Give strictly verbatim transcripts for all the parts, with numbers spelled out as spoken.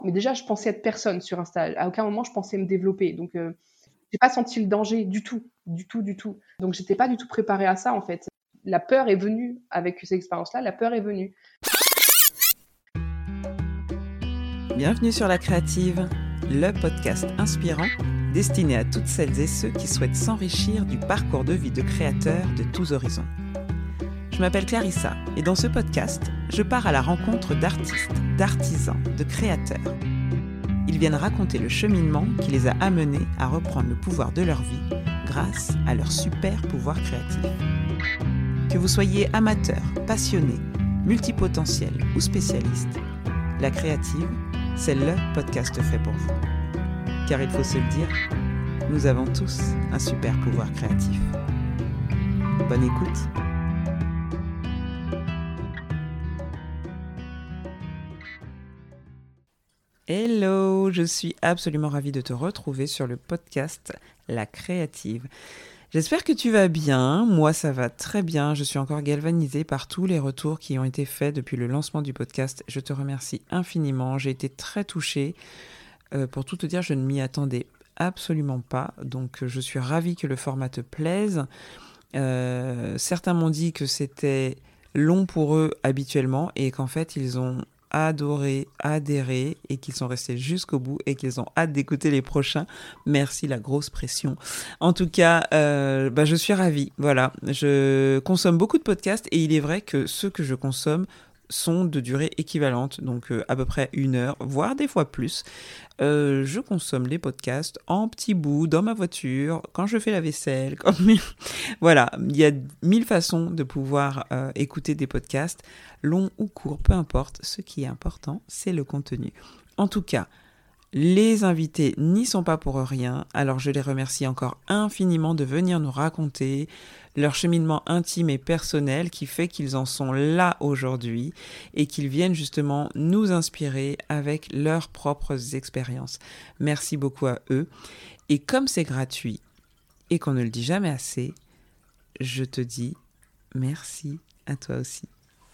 Mais déjà, je pensais être personne sur Insta. À aucun moment, je pensais me développer. Donc, euh, j'ai pas senti le danger du tout, du tout, du tout. Donc, j'étais pas du tout préparée à ça, en fait. La peur est venue avec cette expérience-là. La peur est venue. Bienvenue sur La Créative, le podcast inspirant destiné à toutes celles et ceux qui souhaitent s'enrichir du parcours de vie de créateurs de tous horizons. Je m'appelle Clarissa et dans ce podcast, je pars à la rencontre d'artistes, d'artisans, de créateurs. Ils viennent raconter le cheminement qui les a amenés à reprendre le pouvoir de leur vie grâce à leur super pouvoir créatif. Que vous soyez amateur, passionné, multipotentiel ou spécialiste, La Créative, c'est le podcast fait pour vous. Car il faut se le dire, nous avons tous un super pouvoir créatif. Bonne écoute. Hello, je suis absolument ravie de te retrouver sur le podcast La Créative. J'espère que tu vas bien, moi ça va très bien, je suis encore galvanisée par tous les retours qui ont été faits depuis le lancement du podcast. Je te remercie infiniment, j'ai été très touchée. Euh, pour tout te dire, je ne m'y attendais absolument pas, donc je suis ravie que le format te plaise. Euh, certains m'ont dit que c'était long pour eux habituellement et qu'en fait ils ont adoré, adhéré et qu'ils sont restés jusqu'au bout et qu'ils ont hâte d'écouter les prochains. Merci, la grosse pression. En tout cas, euh, bah, je suis ravie. Voilà, je consomme beaucoup de podcasts et il est vrai que ceux que je consomme sont de durée équivalente, donc euh, à peu près une heure, voire des fois plus. Euh, je consomme les podcasts en petits bouts, dans ma voiture, quand je fais la vaisselle. Comme... voilà, il y a mille façons de pouvoir euh, écouter des podcasts, longs ou courts, peu importe. Ce qui est important, c'est le contenu. En tout cas, les invités n'y sont pas pour rien, alors je les remercie encore infiniment de venir nous raconter leur cheminement intime et personnel qui fait qu'ils en sont là aujourd'hui et qu'ils viennent justement nous inspirer avec leurs propres expériences. Merci beaucoup à eux. Et comme c'est gratuit et qu'on ne le dit jamais assez, je te dis merci à toi aussi.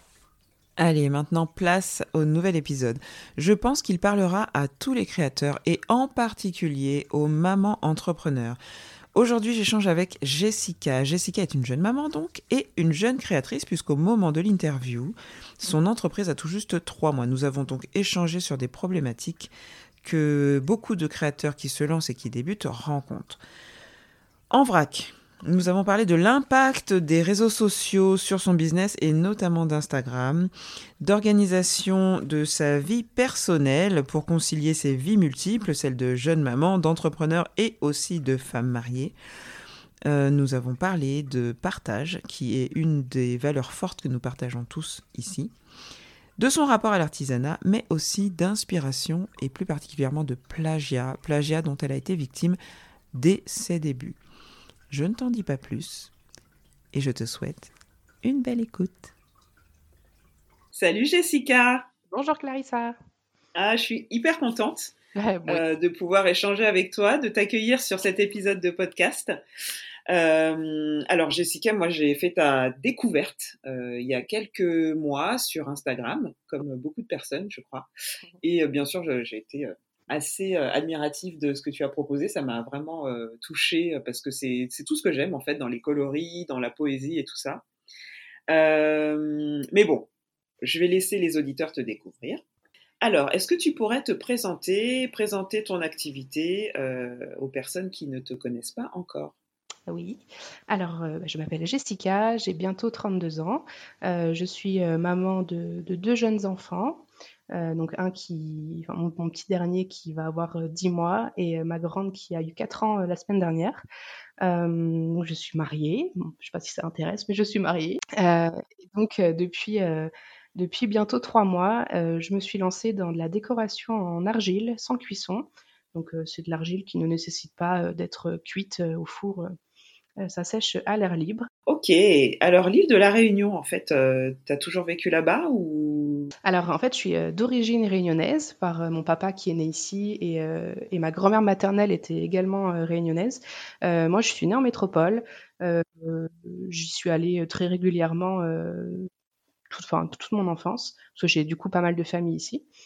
Allez, maintenant place au nouvel épisode. Je pense qu'il parlera à tous les créateurs et en particulier aux mamans entrepreneurs. Aujourd'hui, j'échange avec Jessica. Jessica est une jeune maman donc et une jeune créatrice puisqu'au moment de l'interview, son entreprise a tout juste trois mois. Nous avons donc échangé sur des problématiques que beaucoup de créateurs qui se lancent et qui débutent rencontrent. En vrac, nous avons parlé de l'impact des réseaux sociaux sur son business et notamment d'Instagram, d'organisation de sa vie personnelle pour concilier ses vies multiples, celles de jeune maman, d'entrepreneur et aussi de femme mariée. Euh, nous avons parlé de partage, qui est une des valeurs fortes que nous partageons tous ici, de son rapport à l'artisanat, mais aussi d'inspiration et plus particulièrement de plagiat, plagiat dont elle a été victime dès ses débuts. Je ne t'en dis pas plus et je te souhaite une belle écoute. Salut Jessica. Bonjour Clarissa. Ah, je suis hyper contente Ouais, oui. euh, de pouvoir échanger avec toi, de t'accueillir sur cet épisode de podcast. Euh, alors Jessica, moi j'ai fait ta découverte euh, il y a quelques mois sur Instagram, comme beaucoup de personnes je crois. Et euh, bien sûr je, j'ai été... Euh, assez euh, admirative de ce que tu as proposé, ça m'a vraiment euh, touchée euh, parce que c'est, c'est tout ce que j'aime en fait dans les coloris, dans la poésie et tout ça. Euh, mais bon, je vais laisser les auditeurs te découvrir. Alors, est-ce que tu pourrais te présenter, présenter ton activité euh, aux personnes qui ne te connaissent pas encore ? Oui, alors euh, je m'appelle Jessica, j'ai bientôt trente-deux ans. Euh, je suis euh, maman de, de deux jeunes enfants. Euh, donc un qui, enfin, mon, mon petit dernier qui va avoir euh, dix mois et euh, ma grande qui a eu quatre ans euh, la semaine dernière. Euh, donc je suis mariée, bon, je ne sais pas si ça intéresse, mais je suis mariée. Euh, et donc euh, depuis, euh, depuis bientôt trois mois, euh, je me suis lancée dans de la décoration en argile sans cuisson. Donc euh, c'est de l'argile qui ne nécessite pas euh, d'être cuite euh, au four. Euh, ça sèche à l'air libre. Ok, alors l'île de la Réunion, en fait, euh, t'as toujours vécu là-bas ou... Alors en fait, je suis euh, d'origine réunionnaise par euh, mon papa qui est né ici et, euh, et ma grand-mère maternelle était également euh, réunionnaise. Euh, moi, je suis née en métropole. Euh, j'y suis allée très régulièrement euh, toute, enfin, toute mon enfance parce que j'ai du coup pas mal de famille ici.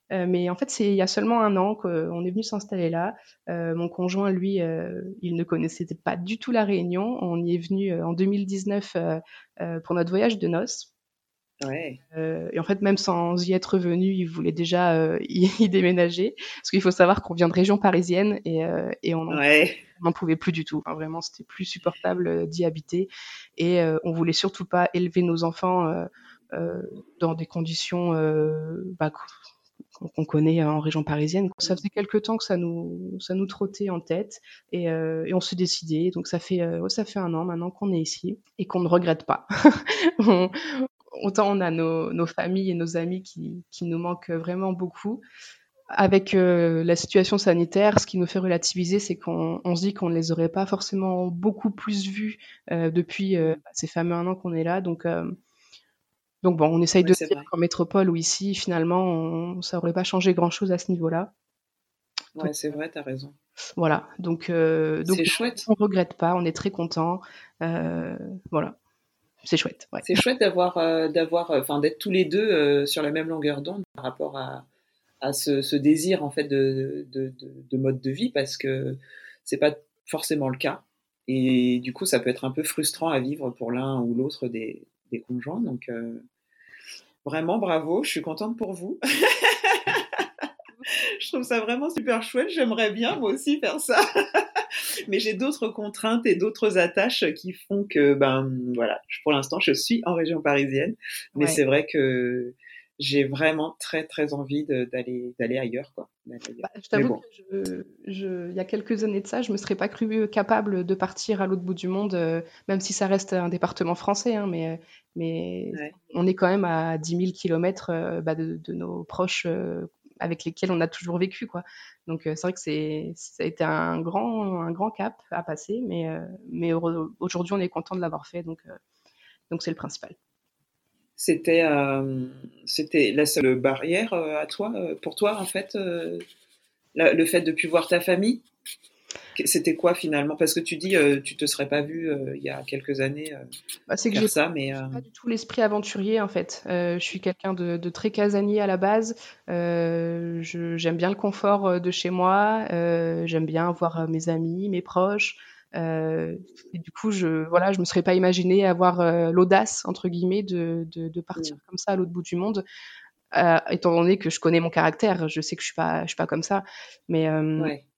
Euh, mais en fait, c'est il y a seulement un an qu'on est venu s'installer là. Euh, mon conjoint, lui, euh, il ne connaissait pas du tout la Réunion. On y est venu euh, en deux mille dix-neuf euh, euh, pour notre voyage de noces. Ouais. Euh, et en fait, même sans y être venu, il voulait déjà euh, y, y déménager. Parce qu'il faut savoir qu'on vient de région parisienne et, euh, et on n'en Ouais. n'en pouvait plus du tout. Enfin, vraiment, c'était plus supportable euh, d'y habiter. Et euh, on voulait surtout pas élever nos enfants euh, euh, dans des conditions euh, bah, qu'on qu'on connaît en région parisienne. Ça faisait quelques temps que ça nous, ça nous trottait en tête et, euh, et on s'est décidé. Donc ça fait, euh, ouais, ça fait un an maintenant qu'on est ici et qu'on ne regrette pas. on, autant on a nos, nos familles et nos amis qui, qui nous manquent vraiment beaucoup. Avec euh, la situation sanitaire, ce qui nous fait relativiser, c'est qu'on on se dit qu'on ne les aurait pas forcément beaucoup plus vus euh, depuis euh, ces fameux un an qu'on est là. Donc, euh, donc bon, on essaye Ouais, de c'est dire vrai. qu'en métropole ou ici, finalement, on, ça n'aurait pas changé grand-chose à ce niveau-là. Donc Ouais, c'est vrai, t'as raison. voilà, donc, euh, donc C'est non, chouette. on ne regrette pas, on est très content. Euh, voilà, c'est chouette. Ouais. C'est chouette d'avoir, euh, d'avoir, euh, enfin, d'être tous les deux euh, sur la même longueur d'onde par rapport à, à ce, ce désir en fait de, de, de, de mode de vie parce que c'est pas forcément le cas et du coup ça peut être un peu frustrant à vivre pour l'un ou l'autre des, des conjoints donc euh, vraiment bravo, je suis contente pour vous. Je trouve ça vraiment super chouette, j'aimerais bien moi aussi faire ça. Mais j'ai d'autres contraintes et d'autres attaches qui font que, ben voilà, pour l'instant, je suis en région parisienne, mais Ouais. c'est vrai que j'ai vraiment très très envie de- d'aller d'aller ailleurs, quoi. D'aller ailleurs. Bah, je Mais t'avoue que bon, je, je- il y a quelques années de ça, je me serais pas cru capable de partir à l'autre bout du monde, euh, même si ça reste un département français, hein, mais, euh, mais ouais, on est quand même à dix mille kilomètres euh, bah, de, de nos proches euh, avec lesquels on a toujours vécu, quoi. Donc euh, c'est vrai que c'est, ça a été un grand, un grand cap à passer, mais, euh, mais heureux- aujourd'hui on est content de l'avoir fait, donc euh, donc c'est le principal. c'était euh, c'était la seule barrière euh, à toi, euh, pour toi en fait, euh, la- le fait de plus voir ta famille. C'était quoi finalement? Parce que tu dis, euh, tu te serais pas vu euh, il y a quelques années euh, Bah, c'est que faire j'ai ça, mais j'ai euh, pas du tout l'esprit aventurier en fait. Euh, je suis quelqu'un de, de très casanier à la base. Euh, je- j'aime bien le confort euh, de chez moi. Euh, j'aime bien voir euh, mes amis, mes proches. Euh, et du coup, je voilà, je me serais pas imaginé avoir euh, l'audace entre guillemets de, de, de partir hmm, comme ça à l'autre bout du monde. Euh, étant donné que je connais mon caractère, je sais que je suis pas je suis pas comme ça. Mais euh, ouais,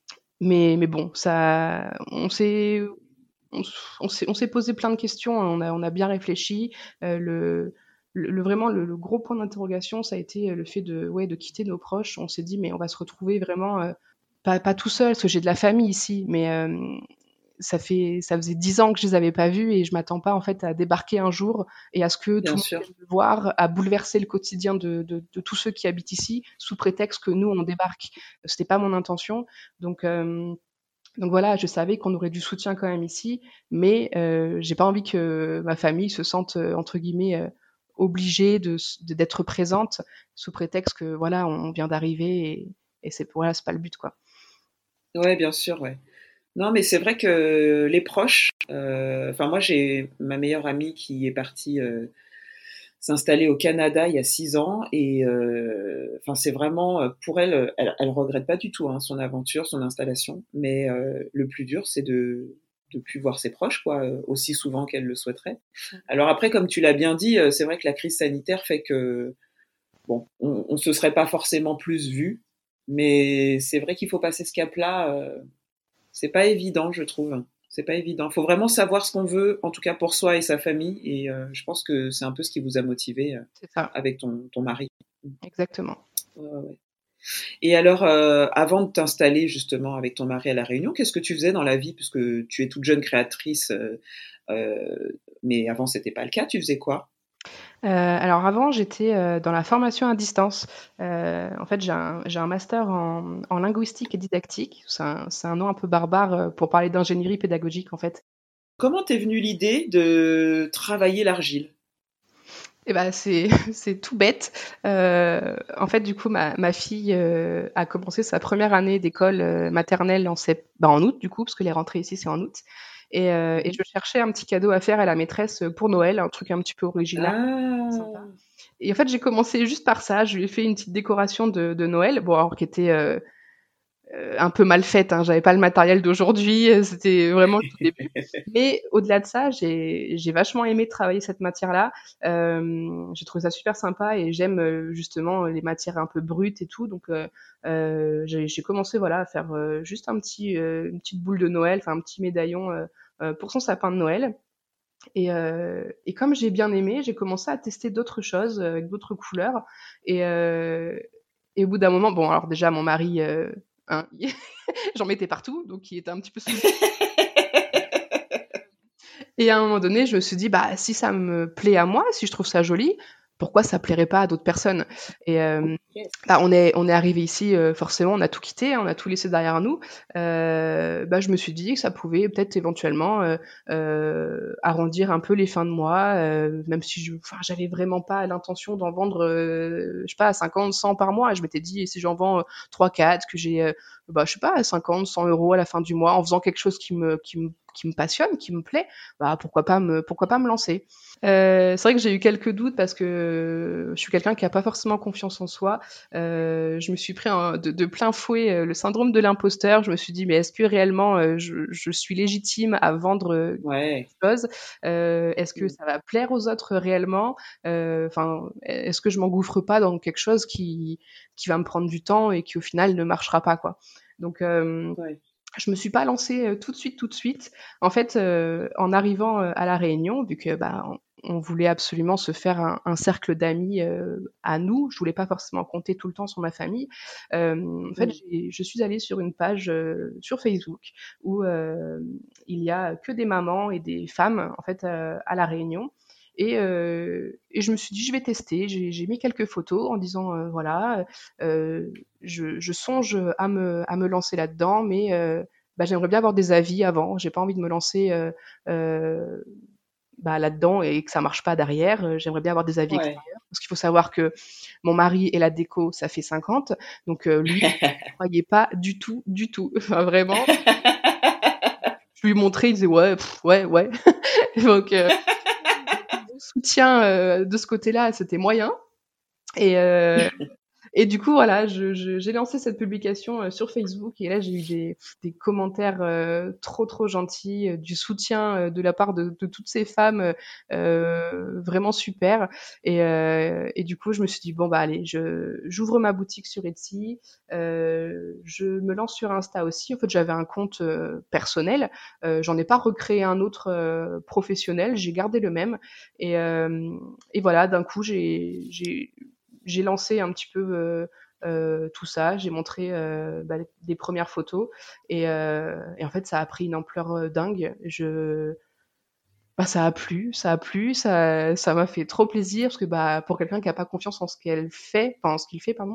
mais mais bon, ça, on s'est on, on s'est, on s'est posé plein de questions, hein, on a, on a bien réfléchi. Euh, le, le, le- vraiment, le, le gros point d'interrogation, ça a été euh, le fait de, ouais, de quitter nos proches. On s'est dit, mais on va se retrouver vraiment, euh, pas, pas tout seul, parce que j'ai de la famille ici, mais euh, ça, fait, ça faisait dix ans que je les avais pas vus et je m'attends pas en fait à débarquer un jour et à ce que tout bien le monde sûr. vienne me voir, à bouleverser le quotidien de, de, de tous ceux qui habitent ici sous prétexte que nous on débarque. C'était pas mon intention, donc. Euh, donc voilà, je savais qu'on aurait du soutien quand même ici, mais euh, j'ai pas envie que ma famille se sente euh, entre guillemets euh, obligée de, de- d'être présente sous prétexte que voilà, on vient d'arriver et, et c'est voilà, c'est pas le but quoi. Ouais, bien sûr, ouais. Non, mais c'est vrai que les proches, euh, enfin moi j'ai ma meilleure amie qui est partie euh, s'installer au Canada il y a six ans et euh, enfin c'est vraiment euh, pour elle, elle, elle regrette pas du tout hein, son aventure, son installation, mais euh, le plus dur c'est de de plus voir ses proches quoi, euh, aussi souvent qu'elle le souhaiterait. Alors après, comme tu l'as bien dit, euh, c'est vrai que la crise sanitaire fait que bon, on, on se serait pas forcément plus vu, mais c'est vrai qu'il faut passer ce cap-là. Euh, c'est pas évident, je trouve. C'est pas évident. Il faut vraiment savoir ce qu'on veut, en tout cas pour soi et sa famille. Et euh, je pense que c'est un peu ce qui vous a motivé euh, C'est ça, avec ton, ton mari. exactement. Ouais, ouais, ouais. Et alors, euh, avant de t'installer justement avec ton mari à La Réunion, qu'est-ce que tu faisais dans la vie? Puisque tu es toute jeune créatrice, euh, euh, mais avant, c'était pas le cas. Tu faisais quoi? Euh, alors avant, j'étais euh, dans la formation à distance. Euh, en fait, j'ai un, j'ai un master en, en linguistique et didactique. C'est un, c'est un nom un peu barbare euh, pour parler d'ingénierie pédagogique en fait. Comment t'es venue l'idée de travailler l'argile? Eh ben, c'est c'est tout bête. Heu, en fait, du coup, ma ma fille, heu, a commencé sa première année d'école, heu, maternelle en sept bah, en août, du coup, parce que les rentrées ici, c'est en août Et, euh, et je cherchais un petit cadeau à faire à la maîtresse pour Noël, un truc un petit peu original, sympa. Ah. Et en fait, j'ai commencé juste par ça. Je lui ai fait une petite décoration de, de Noël, bon, alors qui était euh, euh, un peu mal faite, hein. J'avais pas le matériel d'aujourd'hui, euh, c'était vraiment le tout début. Mais au-delà de ça, j'ai j'ai vachement aimé travailler cette matière-là. Euh, j'ai trouvé ça super sympa et j'aime euh, justement les matières un peu brutes et tout. Donc euh, euh, j'ai j'ai commencé voilà à faire euh, juste un petit euh, une petite boule de Noël, enfin un petit médaillon euh, euh, pour son sapin de Noël. Et, euh, et comme j'ai bien aimé, j'ai commencé à tester d'autres choses euh, avec d'autres couleurs. Et, euh, et au bout d'un moment, bon, alors déjà, mon mari, euh, hein, j'en mettais partout, donc il était un petit peu saoulé. Et à un moment donné, je me suis dit, bah, si ça me plaît à moi, si je trouve ça joli, pourquoi ça plairait pas à d'autres personnes? Et euh, Yes. bah, on est, on est arrivé ici, euh, forcément, on a tout quitté, on a tout laissé derrière nous. Euh, bah, je me suis dit que ça pouvait peut-être éventuellement euh, euh, arrondir un peu les fins de mois, euh, même si je, enfin, j'avais vraiment pas l'intention d'en vendre, euh, je sais pas, à cinquante, cent par mois. Je m'étais dit, si j'en vends euh, trois, quatre, que j'ai, euh, bah, je sais pas, cinquante, cent euros à la fin du mois, en faisant quelque chose qui me, qui me, qui me passionne, qui me plaît, bah, pourquoi pas me, pourquoi pas me lancer. Euh, c'est vrai que j'ai eu quelques doutes parce que je suis quelqu'un qui a pas forcément confiance en soi. Euh, je me suis pris un- de, de plein fouet euh, le syndrome de l'imposteur. Je me suis dit, mais est-ce que réellement euh, je, je suis légitime à vendre euh, Ouais. quelque chose? Euh, Est-ce que ça va plaire aux autres réellement? Euh, Enfin, est-ce que je m'engouffre pas dans quelque chose qui, qui va me prendre du temps et qui au final ne marchera pas, quoi. Donc, euh, Ouais. je me suis pas lancée euh, tout de suite, tout de suite. En fait, euh, en arrivant euh, à la Réunion, vu que bah, on, on voulait absolument se faire un, un cercle d'amis euh, à nous, je voulais pas forcément compter tout le temps sur ma famille. Euh, en fait, Mm. j'ai- je suis allée sur une page euh, sur Facebook où euh, il y a que des mamans et des femmes en fait euh, à la Réunion. Et, euh, et je me suis dit, je vais tester. J'ai j'ai mis quelques photos en disant, euh, voilà, euh, je, je songe à me, à me lancer là-dedans, mais euh, bah, j'aimerais bien avoir des avis avant. J'ai pas envie de me lancer euh, euh, bah, là-dedans et que ça marche pas derrière. Euh, J'aimerais bien avoir des avis Ouais. extérieurs. Parce qu'il faut savoir que mon mari et la déco, ça fait cinquante. Donc euh, lui, il croyait pas du tout, du tout. Enfin, vraiment. Je lui montrais, il disait ouais, pff, ouais, ouais. Donc, euh, niveau soutien euh, de ce côté-là, c'était moyen. Et, euh, Et du coup, voilà, je, je, j'ai lancé cette publication euh, sur Facebook et là, j'ai eu des, des commentaires euh, trop, trop gentils, euh, du soutien euh, de la part de, de toutes ces femmes, euh, vraiment super. Et, euh, et du coup, je me suis dit, bon, bah allez, je, j'ouvre ma boutique sur Etsy, euh, je me lance sur Insta aussi. En fait, j'avais un compte euh, personnel, euh, j'en ai pas recréé un autre euh, professionnel, j'ai gardé le même. Et, euh, et voilà, d'un coup, j'ai, j'ai j'ai lancé un petit peu euh, euh, tout ça, j'ai montré euh, bah, des premières photos et, euh, et, en fait ça a pris une ampleur euh, dingue. Je, bah, ça a plu, ça a plu, ça, ça m'a fait trop plaisir parce que bah pour quelqu'un qui a pas confiance en ce qu'elle fait, enfin en ce qu'il fait pardon,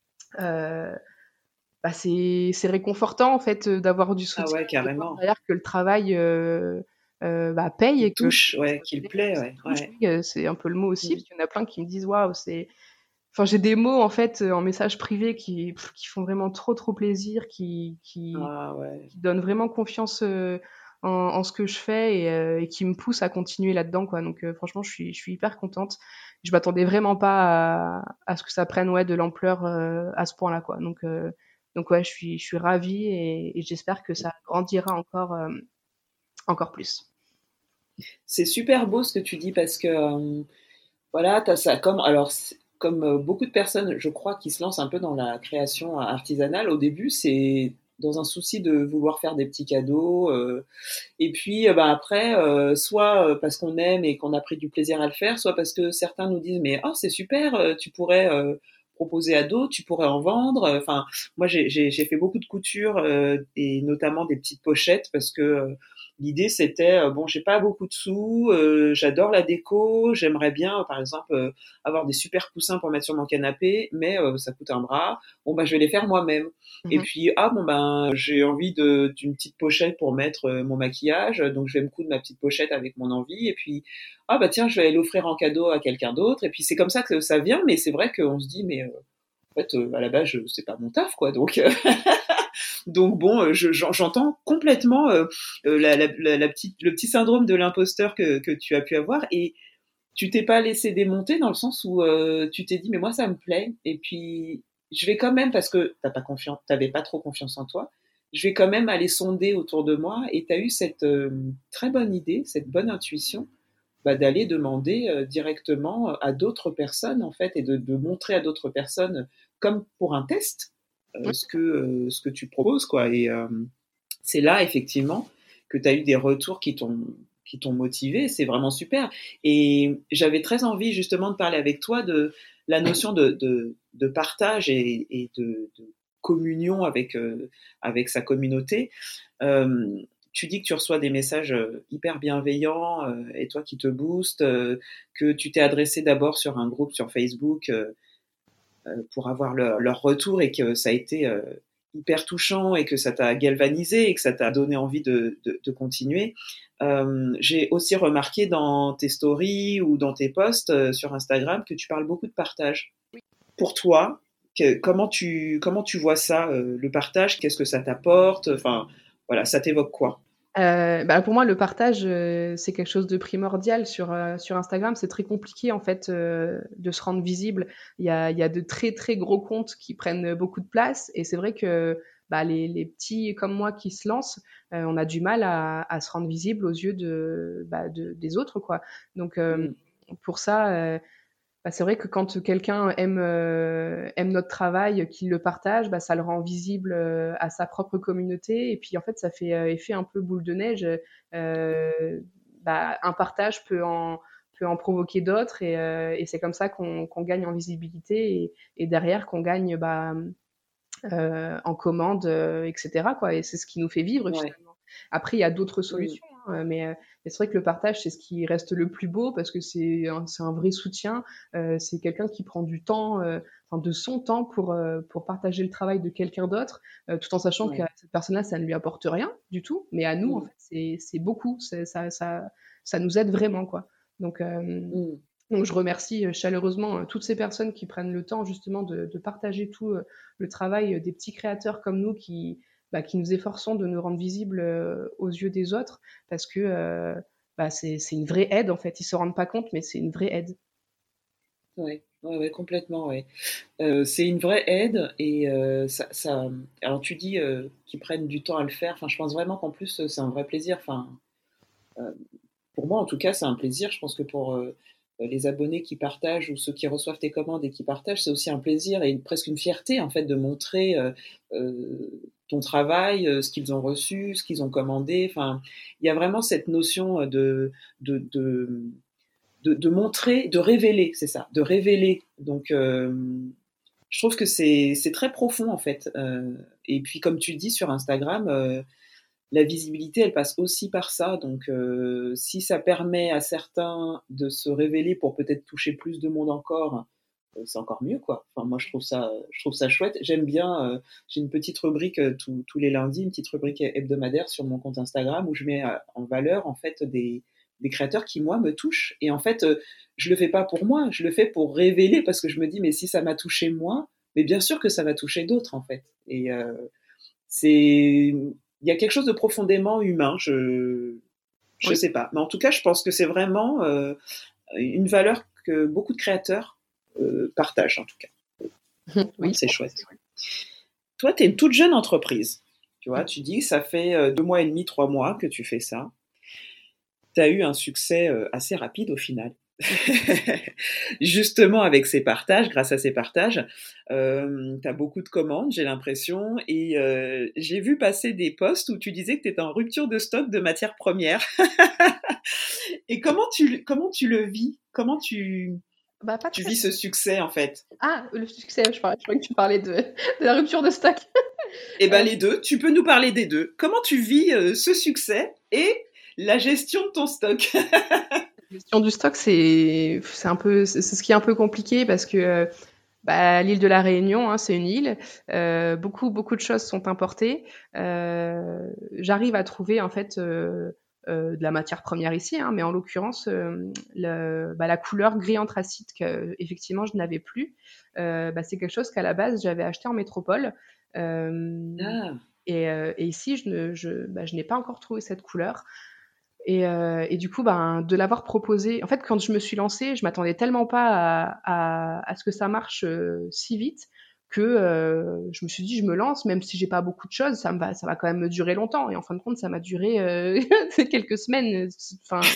euh, bah c'est c'est réconfortant en fait euh, d'avoir du Ah soutien, ouais, de voir carrément. derrière que le travail euh, euh, bah, paye Qu'il et que touche, ça ouais, qu'il plaît, plaît, que ça ouais, touche. ouais. Oui, euh, c'est un peu le mot aussi Mm. parce qu'il y en a plein qui me disent waouh c'est. Enfin, j'ai des mots en fait euh, en message privé qui, pff, qui font vraiment trop trop plaisir, qui, qui, Ah ouais. qui donnent vraiment confiance euh, en, en ce que je fais et, euh, et qui me poussent à continuer là-dedans quoi. Donc euh, franchement, je suis, je suis hyper contente. Je m'attendais vraiment pas à, à ce que ça prenne ouais de l'ampleur euh, à ce point-là quoi. Donc euh, donc ouais, je suis, je suis ravie et, et j'espère que ça grandira encore euh, encore plus. C'est super beau ce que tu dis parce que euh, voilà, t'as ça comme alors c'est- comme euh, beaucoup de personnes, je crois, qui se lancent un peu dans la création artisanale. Au début, c'est dans un souci de vouloir faire des petits cadeaux, euh, et puis euh, bah, après, euh, soit euh, parce qu'on aime et qu'on a pris du plaisir à le faire, soit parce que certains nous disent mais oh c'est super, euh, tu pourrais euh, proposer à d'autres, tu pourrais en vendre. Enfin, moi j'ai j'ai j'ai fait beaucoup de couture euh, et notamment des petites pochettes parce que euh, l'idée c'était euh, bon j'ai pas beaucoup de sous, euh, j'adore la déco, j'aimerais bien par exemple euh, avoir des super coussins pour mettre sur mon canapé, mais euh, ça coûte un bras. Bon bah je vais les faire moi-même. Et Mhm. puis ah bon ben j'ai envie de d'une petite pochette pour mettre euh, mon maquillage, donc je vais me coudre ma petite pochette avec mon envie. Et puis ah bah tiens je vais l'offrir en cadeau à quelqu'un d'autre. Et puis c'est comme ça que ça vient. Mais c'est vrai qu'on se dit mais euh, en fait euh, à la base je, c'est pas mon taf quoi. Donc euh, Donc bon, je, j'entends complètement euh, la, la, la, la petite, le petit syndrome de l'imposteur que, que tu as pu avoir. Et tu t'es pas laissé démonter dans le sens où euh, tu t'es dit mais moi ça me plaît et puis je vais quand même parce que t'as pas confiance, t'avais pas trop confiance en toi. Je vais quand même aller sonder autour de moi et t'as eu cette euh, très bonne idée, cette bonne intuition bah, d'aller demander euh, directement à d'autres personnes en fait et de, de montrer à d'autres personnes comme pour un test euh, ce que euh, ce que tu proposes quoi et euh, c'est là effectivement que tu as eu des retours qui t'ont qui t'ont motivé, c'est vraiment super. Et j'avais très envie justement de parler avec toi de la notion de, de, de partage et, et de, de communion avec, euh, avec sa communauté. Euh, tu dis que tu reçois des messages hyper bienveillants euh, et toi qui te boostent, euh, que tu t'es adressé d'abord sur un groupe sur Facebook euh, euh, pour avoir leur, leur retour et que ça a été euh, hyper touchant et que ça t'a galvanisé et que ça t'a donné envie de, de, de continuer. Euh, j'ai aussi remarqué dans tes stories ou dans tes posts euh, sur Instagram que tu parles beaucoup de partage. Pour toi, que, comment, tu, comment tu vois ça, euh, le partage? Qu'est-ce que ça t'apporte? Enfin, voilà, ça t'évoque quoi? Euh, bah pour moi, le partage, euh, c'est quelque chose de primordial sur, euh, sur Instagram. C'est très compliqué, en fait, euh, de se rendre visible. Il y a, il y a de très, très gros comptes qui prennent beaucoup de place. Et c'est vrai que bah, les, les petits comme moi qui se lancent, euh, on a du mal à, à se rendre visible aux yeux de, bah, de, des autres, quoi. Donc, euh, mmh. pour ça... Euh, bah, c'est vrai que quand quelqu'un aime, euh, aime notre travail, qu'il le partage, bah, ça le rend visible euh, à sa propre communauté. Et puis, en fait, ça fait euh, effet un peu boule de neige. Euh, bah, un partage peut en, peut en provoquer d'autres. Et, euh, et c'est comme ça qu'on qu'on gagne en visibilité et, et derrière qu'on gagne bah, euh, en commande, euh, et cetera, quoi. Et c'est ce qui nous fait vivre, Ouais. finalement. Après, il y a d'autres solutions, hein, mais, euh, mais c'est vrai que le partage, c'est ce qui reste le plus beau parce que c'est un, c'est un vrai soutien. Euh, c'est quelqu'un qui prend du temps, euh, enfin, de son temps pour, euh, pour partager le travail de quelqu'un d'autre, euh, tout en sachant Ouais. qu'à cette personne-là, ça ne lui apporte rien du tout. Mais à nous, en Mm. fait, c'est, c'est beaucoup. C'est, ça, ça, ça nous aide vraiment, quoi. Donc, euh, Mm. donc, je remercie chaleureusement toutes ces personnes qui prennent le temps justement de, de partager tout le travail des petits créateurs comme nous qui, bah, qui nous efforçons de nous rendre visibles aux yeux des autres parce que euh, bah, c'est, c'est une vraie aide en fait. Ils se rendent pas compte, mais c'est une vraie aide. Ouais, ouais, ouais, complètement, ouais. Euh, c'est une vraie aide et euh, ça, ça. Alors tu dis euh, qu'ils prennent du temps à le faire. Enfin, je pense vraiment qu'en plus c'est un vrai plaisir. Enfin, euh, pour moi en tout cas, c'est un plaisir. Je pense que pour euh, les abonnés qui partagent ou ceux qui reçoivent tes commandes et qui partagent, c'est aussi un plaisir et une- presque une fierté en fait de montrer euh, euh, ton travail, euh, ce qu'ils ont reçu, ce qu'ils ont commandé. Enfin, il y a vraiment cette notion de de, de de, de montrer, de révéler, c'est ça, de révéler. Donc, euh, je trouve que c'est c'est très profond en fait. Euh, et puis, comme tu dis sur Instagram, euh, la visibilité, elle passe aussi par ça. Donc, euh, si ça permet à certains de se révéler pour peut-être toucher plus de monde encore, euh, c'est encore mieux, quoi. Enfin, moi, je trouve ça, je trouve ça chouette. J'aime bien. Euh, j'ai une petite rubrique euh, tous tous les lundis, une petite rubrique hebdomadaire sur mon compte Instagram où je mets euh, en valeur en fait des des créateurs qui moi me touchent. Et en fait, euh, je le fais pas pour moi, je le fais pour révéler parce que je me dis mais si ça m'a touché moi, mais bien sûr que ça va toucher d'autres en fait. Et euh, c'est il y a quelque chose de profondément humain. Je je Oui. sais pas, mais en tout cas, je pense que c'est vraiment euh, une valeur que beaucoup de créateurs euh, partagent en tout cas. Oui, Donc, c'est chouette. Toi, tu es une toute jeune entreprise. Tu vois, tu dis que ça fait euh, deux mois et demi, trois mois que tu fais ça. Tu as eu un succès euh, assez rapide au final. Justement avec ces partages, grâce à ces partages, euh, tu as beaucoup de commandes, j'ai l'impression, et euh, j'ai vu passer des posts où tu disais que tu étais en rupture de stock de matières premières. Et comment tu, comment tu le vis? Comment tu, bah, pas tu très... vis ce succès en fait? Ah, le succès, je croyais, je croyais que tu parlais de, de la rupture de stock. Eh ben euh, les deux, tu peux nous parler des deux. Comment tu vis euh, ce succès et la gestion de ton stock? La gestion du stock, c'est c'est un peu c'est ce qui est un peu compliqué parce que euh, bah, l'île de la Réunion, hein, c'est une île. Euh, beaucoup beaucoup de choses sont importées. Euh, J'arrive à trouver en fait euh, euh, de la matière première ici, hein, mais en l'occurrence euh, le, bah, la couleur gris anthracite que effectivement je n'avais plus. Euh, bah, c'est quelque chose qu'à la base j'avais acheté en métropole. Euh, Ah, et, euh, et ici, je, ne, je, bah, je n'ai pas encore trouvé cette couleur. Et, euh, et du coup, ben, de l'avoir proposé, en fait, quand je me suis lancée, je m'attendais tellement pas à, à, à ce que ça marche euh, si vite que euh, je me suis dit, je me lance, même si j'ai pas beaucoup de choses, ça, me va, ça va quand même me durer longtemps. Et en fin de compte, ça m'a duré euh, quelques semaines. Enfin,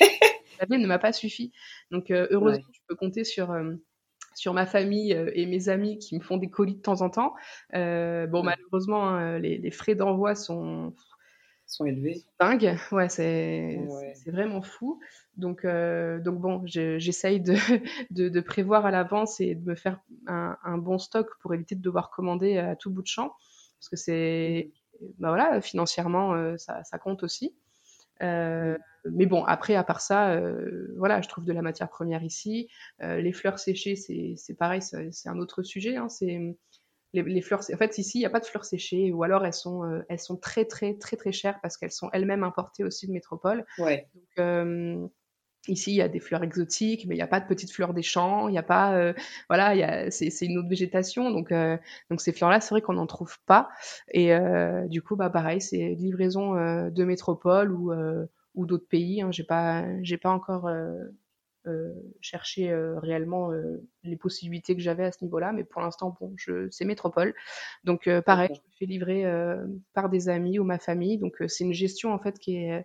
la vie ne m'a pas suffi. Donc, euh, heureusement, ouais, je peux compter sur, euh, sur ma famille euh, et mes amis qui me font des colis de temps en temps. Euh, bon, ouais. malheureusement, hein, les, les frais d'envoi sont Ils sont élevés. dingue. Ouais, c'est Ouais. c'est vraiment fou. Donc, euh, donc bon, je- j'essaye de, de, de prévoir à l'avance et de me faire un, un bon stock pour éviter de devoir commander à tout bout de champ. Parce que c'est, Mm, bah voilà, financièrement, euh, ça, ça compte aussi. Euh, mm. mais bon, après, à part ça, euh, voilà, je trouve de la matière première ici. Euh, les fleurs séchées, c'est c'est pareil, c'est c'est un autre sujet. Hein, c'est les, les fleurs, en fait, ici, il n'y a pas de fleurs séchées, ou alors elles sont, euh, elles sont très, très, très, très chères parce qu'elles sont elles-mêmes importées aussi de métropole. Ouais, Donc, euh, ici, il y a des fleurs exotiques, mais il n'y a pas de petites fleurs des champs, il n'y a pas, euh, voilà, il y a, c'est, c'est une autre végétation. Donc, euh, donc ces fleurs-là, c'est vrai qu'on n'en trouve pas. Et euh, du coup, bah, pareil, c'est livraison euh, de métropole ou, euh, ou d'autres pays. Hein. J'ai pas, j'ai pas encore euh, euh, chercher euh, réellement euh, les possibilités que j'avais à ce niveau-là, mais pour l'instant, bon, je, c'est métropole. Donc, euh, pareil, je d'accord. me fais livrer euh, par des amis ou ma famille. Donc, euh, c'est une gestion en fait qui est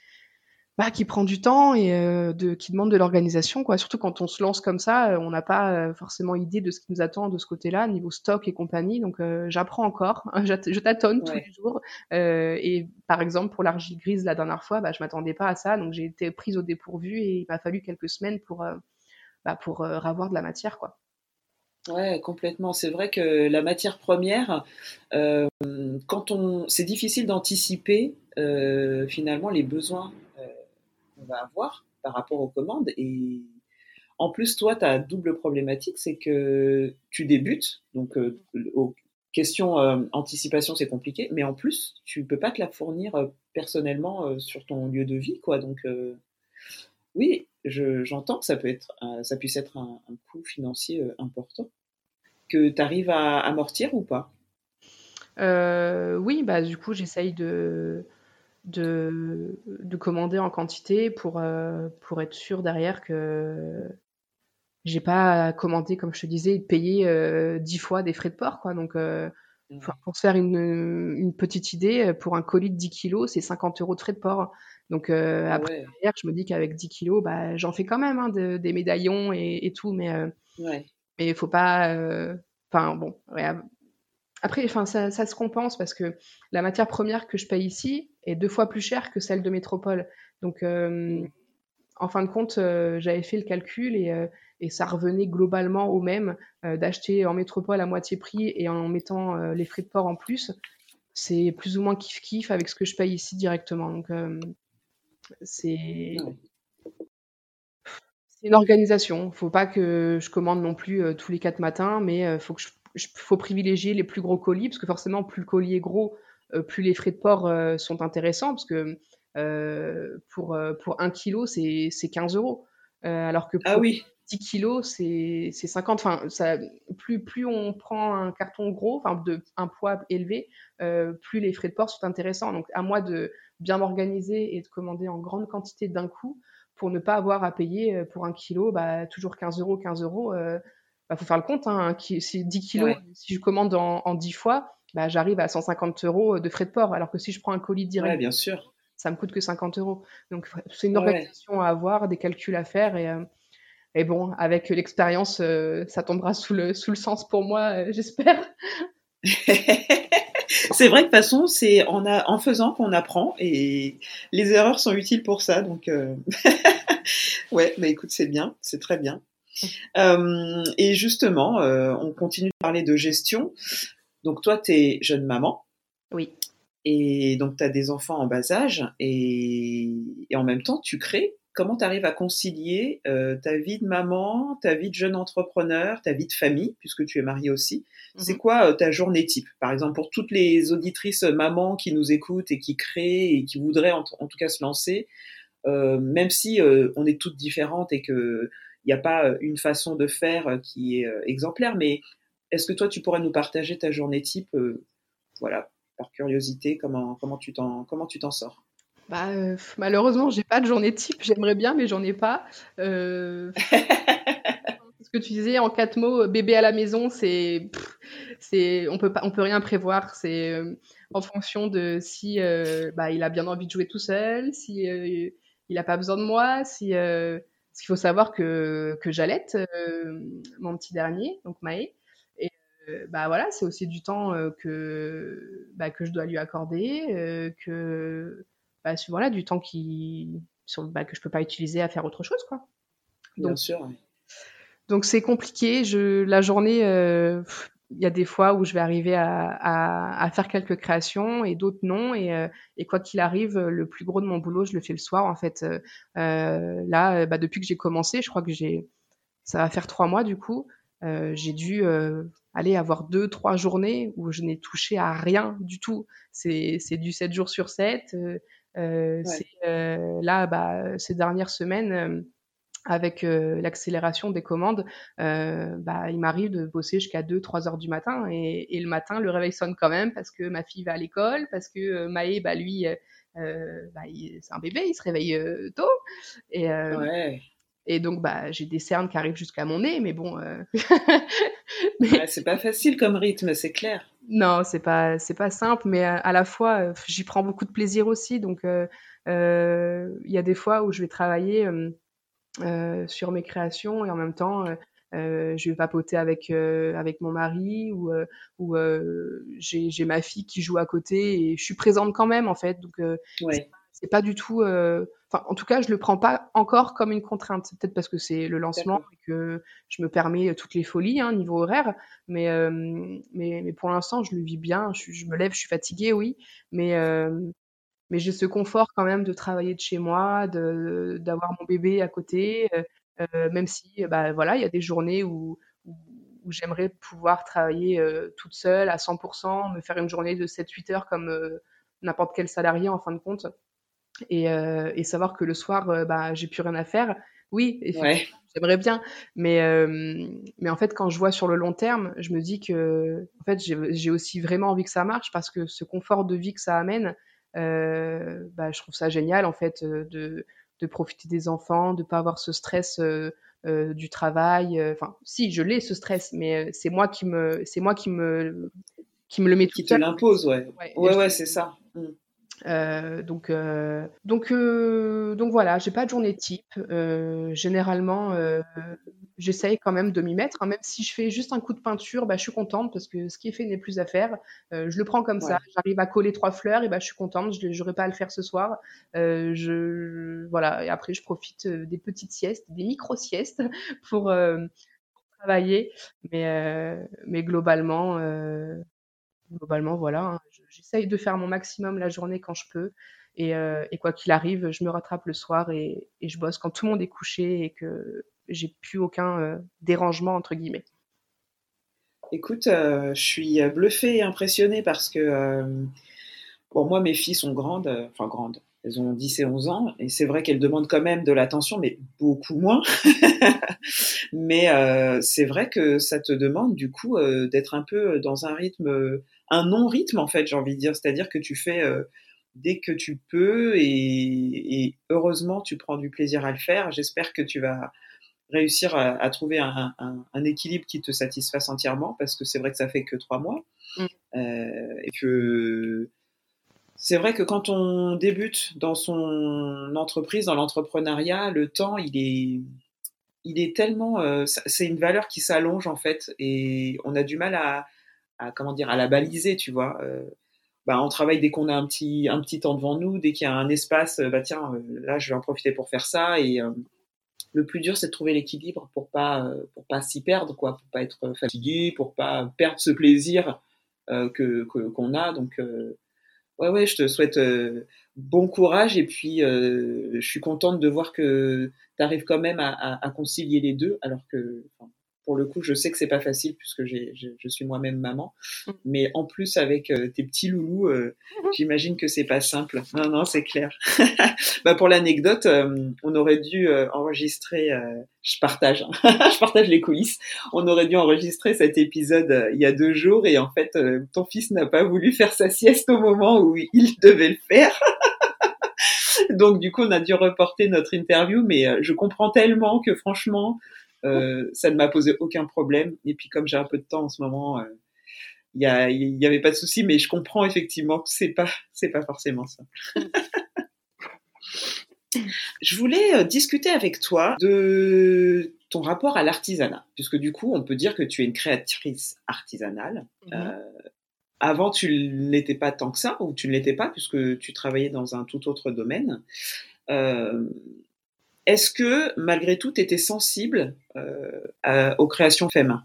bah, qui prend du temps et euh, de, qui demande de l'organisation, quoi. Surtout quand on se lance comme ça, euh, on n'a pas euh, forcément idée de ce qui nous attend de ce côté-là, niveau stock et compagnie. Donc, euh, j'apprends encore, J'at- je tâtonne tous Ouais. les jours. Euh, et par exemple, pour l'argile grise la dernière fois, bah, je m'attendais pas à ça, donc j'ai été prise au dépourvu et il m'a fallu quelques semaines pour euh, bah, pour euh, ravoir de la matière, quoi. Ouais, complètement. C'est vrai que la matière première, euh, quand on, c'est difficile d'anticiper euh, finalement les besoins euh, qu'on va avoir par rapport aux commandes. Et en plus, toi, tu as double problématique, c'est que tu débutes, donc euh, aux questions euh, anticipation, c'est compliqué, mais en plus, tu peux pas te la fournir euh, personnellement euh, sur ton lieu de vie, quoi. Donc euh, oui, je, j'entends que ça peut être, un- ça puisse être un, un coût financier euh, important que tu arrives à amortir ou pas? Euh, oui, bah du coup, j'essaye de, de, de commander en quantité pour, euh, pour être sûre derrière que j'ai pas à commander, comme je te disais, et de payer euh, dix fois des frais de port, quoi. Donc, euh, enfin, Ouais. pour se faire une, une petite idée, pour un colis de dix kilos, c'est cinquante euros de frais de port. Donc, euh, Ah après, ouais, derrière, je me dis qu'avec dix kilos, bah, j'en fais quand même hein, de- des médaillons et, et tout, mais euh, ouais, mais il faut pas. euh, Enfin, bon, ouais, après, enfin, ça, ça se compense parce que la matière première que je paye ici est deux fois plus chère que celle de métropole. Donc, euh, mmh, en fin de compte, euh, j'avais fait le calcul et, euh, et ça revenait globalement au même euh, d'acheter en métropole à moitié prix et en mettant euh, les frais de port en plus. C'est plus ou moins kiff-kiff avec ce que je paye ici directement. Donc, euh, c'est ouais. c'est une organisation. Faut pas que je commande non plus euh, tous les quatre matins, mais euh, faut que je, je- faut privilégier les plus gros colis parce que forcément, plus le colis est gros, euh, plus les frais de port euh, sont intéressants parce que euh, pour, euh, pour un kilo, c'est c'est quinze euros. Euh, alors que Ah pour oui, dix kilos, c'est c'est cinquante. Enfin, ça, plus, plus on prend un carton gros, enfin, de, un poids élevé, euh, plus les frais de port sont intéressants. Donc, à moi de bien m'organiser et de commander en grande quantité d'un coup pour ne pas avoir à payer euh, pour un kilo, bah, toujours quinze euros, quinze euros. Euh, bah, faut faire le compte, hein, qui, si dix kilos, ouais, si je commande en, en dix fois, bah, j'arrive à cent cinquante euros de frais de port, alors que si je prends un colis ouais, direct, bien sûr. ça me coûte que cinquante euros. Donc, c'est une Ouais. organisation à avoir, des calculs à faire, et, euh, et bon, avec l'expérience, euh, ça tombera sous le, sous le sens pour moi, euh, j'espère. C'est vrai que de toute façon, c'est en, a, en faisant qu'on apprend et les erreurs sont utiles pour ça. Donc, euh, ouais, bah écoute, c'est bien, c'est très bien. Euh, et justement, euh, on continue de parler de gestion. Donc, toi, tu es jeune maman Oui. et donc tu as des enfants en bas âge et, et en même temps, tu crées. Comment tu arrives à concilier euh, ta vie de maman, ta vie de jeune entrepreneur, ta vie de famille, puisque tu es mariée aussi? C'est Mhm. quoi euh, ta journée type? Par exemple, pour toutes les auditrices euh, mamans qui nous écoutent et qui créent et qui voudraient en, en tout cas se lancer, euh, même si euh, on est toutes différentes et que il n'y a pas euh, une façon de faire euh, qui est euh, exemplaire, mais est-ce que toi, tu pourrais nous partager ta journée type, euh, voilà, par curiosité, comment, comment tu t'en, comment tu t'en sors? Bah, heu, malheureusement, j'ai pas de journée type. J'aimerais bien, mais j'en ai pas. Heu, ce que tu disais en quatre mots, heu, bébé à la maison, c'est c'est on peut pas on peut rien prévoir. C'est, hem, en fonction de si, heu, bah, il a bien envie de jouer tout seul, si, heu, il a pas besoin de moi, si, heu parce qu'il faut savoir que que j'allaite, hem, mon petit dernier, donc Maë et heu, bah, voilà, c'est aussi du temps, heu, que, bah, que je dois lui accorder, heu, que bah, voilà, du temps qui, sur, bah, que je peux pas utiliser à faire autre chose, quoi. Bien Donc, sûr. donc c'est compliqué. Je, la journée, euh, il y a des fois où je vais arriver à, à, à faire quelques créations et d'autres non. Et, euh, et quoi qu'il arrive, le plus gros de mon boulot, je le fais le soir, en fait. Euh, là, bah, depuis que j'ai commencé, je crois que j'ai, ça va faire trois mois du coup. Euh, j'ai dû euh, aller avoir deux, trois journées où je n'ai touché à rien du tout. C'est, c'est du sept jours sur sept. Euh, euh, Ouais. c'est euh, là, bah, ces dernières semaines, euh, avec euh, l'accélération des commandes, euh, bah, il m'arrive de bosser jusqu'à deux, trois heures du matin. Et, et le matin, le réveil sonne quand même parce que ma fille va à l'école, parce que euh, Maë, bah, lui, euh, bah, il, c'est un bébé, il se réveille euh, tôt. Et, euh, Ouais. et donc, bah, j'ai des cernes qui arrivent jusqu'à mon nez, mais bon. Euh... Ouais, mais c'est pas facile comme rythme, c'est clair. non, c'est pas, c'est pas simple, mais à, à la fois, euh, j'y prends beaucoup de plaisir aussi. Donc, il euh, euh, y a des fois où je vais travailler euh, euh, sur mes créations et en même temps, euh, euh, je vais papoter avec euh, avec mon mari ou euh, ou euh, j'ai j'ai ma fille qui joue à côté et je suis présente quand même en fait. Donc, euh, c'est Ouais, c'est pas du tout. euh, Enfin, en tout cas, je le prends pas encore comme une contrainte. Peut-être parce que c'est le lancement d'accord. et que je me permets toutes les folies, hein, niveau horaire. Mais, euh, mais, mais pour l'instant, je le vis bien. Je, suis- je me lève, je suis fatiguée, oui. Mais, euh, mais j'ai ce confort quand même de travailler de chez moi, de, d'avoir mon bébé à côté. Euh, euh, même si, bah, voilà, il y a des journées où, où, où j'aimerais pouvoir travailler euh, toute seule à cent pour cent, me faire une journée de sept huit heures comme euh, n'importe quel salarié en fin de compte et, euh, et savoir que le soir, euh, bah, j'ai plus rien à faire. Oui, Ouais, effectivement, j'aimerais bien, mais, euh, mais en fait, quand je vois sur le long terme, je me dis que en fait, j'ai j'ai aussi vraiment envie que ça marche parce que ce confort de vie que ça amène, euh, bah, je trouve ça génial en fait euh, de, de profiter des enfants, de pas avoir ce stress euh, euh, du travail. euh, Enfin, si, je l'ai ce stress, mais euh, c'est moi qui me, c'est moi qui me, qui me le mets qui toute te seule. l'impose, ouais. Ouais, et Ouais, je- ouais, c'est ça. Mm. euh, donc, euh, donc, euh, donc voilà, j'ai pas de journée type. Euh, généralement, euh, j'essaye quand même de m'y mettre, hein. Même si je fais juste un coup de peinture, bah, je suis contente parce que ce qui est fait n'est plus à faire. Euh, je le prends comme ça. Ouais. J'arrive à coller trois fleurs, et bah, je suis contente. Je n'aurai pas à le faire ce soir. Euh, je, voilà. Et après, je profite euh, des petites siestes, des micro-siestes pour euh, travailler. Mais, euh, mais globalement, euh, Globalement, voilà, hein, je- j'essaye de faire mon maximum la journée quand je peux. Et, euh, et quoi qu'il arrive, je me rattrape le soir et, et je bosse quand tout le monde est couché et que j'ai plus aucun euh, dérangement, entre guillemets. Écoute, euh, je suis bluffée et impressionnée parce que, euh, bon, moi, mes filles sont grandes, euh, enfin grandes, elles ont dix et onze ans, et c'est vrai qu'elles demandent quand même de l'attention, mais beaucoup moins. Mais euh, c'est vrai que ça te demande du coup euh, d'être un peu dans un rythme, euh, un non-rythme en fait, j'ai envie de dire. C'est-à-dire que tu fais euh, dès que tu peux et, et heureusement tu prends du plaisir à le faire. J'espère que tu vas réussir à, à trouver un, un, un équilibre qui te satisfasse entièrement parce que c'est vrai que ça fait que trois mois Mm. euh, et que c'est vrai que quand on débute dans son entreprise, dans l'entrepreneuriat, le temps il est il est tellement, euh, c'est une valeur qui s'allonge en fait, et on a du mal à, à comment dire, à la baliser, tu vois. Euh, bah, on travaille dès qu'on a un petit, un petit temps devant nous, dès qu'il y a un espace, euh, bah tiens, euh, là je vais en profiter pour faire ça. Et euh, le plus dur, c'est de trouver l'équilibre pour pas, euh, pour pas s'y perdre, quoi, pour pas être fatigué, pour pas perdre ce plaisir euh, que, que qu'on a. Donc euh, ouais, ouais, je te souhaite euh, bon courage et puis euh, je suis contente de voir que tu arrives quand même à, à, à concilier les deux, alors que enfin, pour le coup, je sais que c'est pas facile puisque j'ai, je, je suis moi-même maman. Mais en plus, avec euh, tes petits loulous, euh, j'imagine que c'est pas simple. Non, non, c'est clair. Bah, pour l'anecdote, euh, on aurait dû euh, enregistrer, euh, je partage, hein, je partage les coulisses. On aurait dû enregistrer cet épisode euh, il y a deux jours et en fait, euh, ton fils n'a pas voulu faire sa sieste au moment où il devait le faire. Donc du coup, on a dû reporter notre interview, mais euh, je comprends tellement que franchement, euh, ça ne m'a posé aucun problème. Et puis comme j'ai un peu de temps en ce moment, il euh, y, y avait pas de souci, mais je comprends effectivement que c'est pas, c'est pas forcément ça. Je voulais euh, discuter avec toi de ton rapport à l'artisanat, puisque du coup, on peut dire que tu es une créatrice artisanale. Mm-hmm. Euh, Avant, tu ne l'étais pas tant que ça, ou tu ne l'étais pas, puisque tu travaillais dans un tout autre domaine. Euh, est-ce que, malgré tout, tu étais sensible euh, à, aux créations faits main ?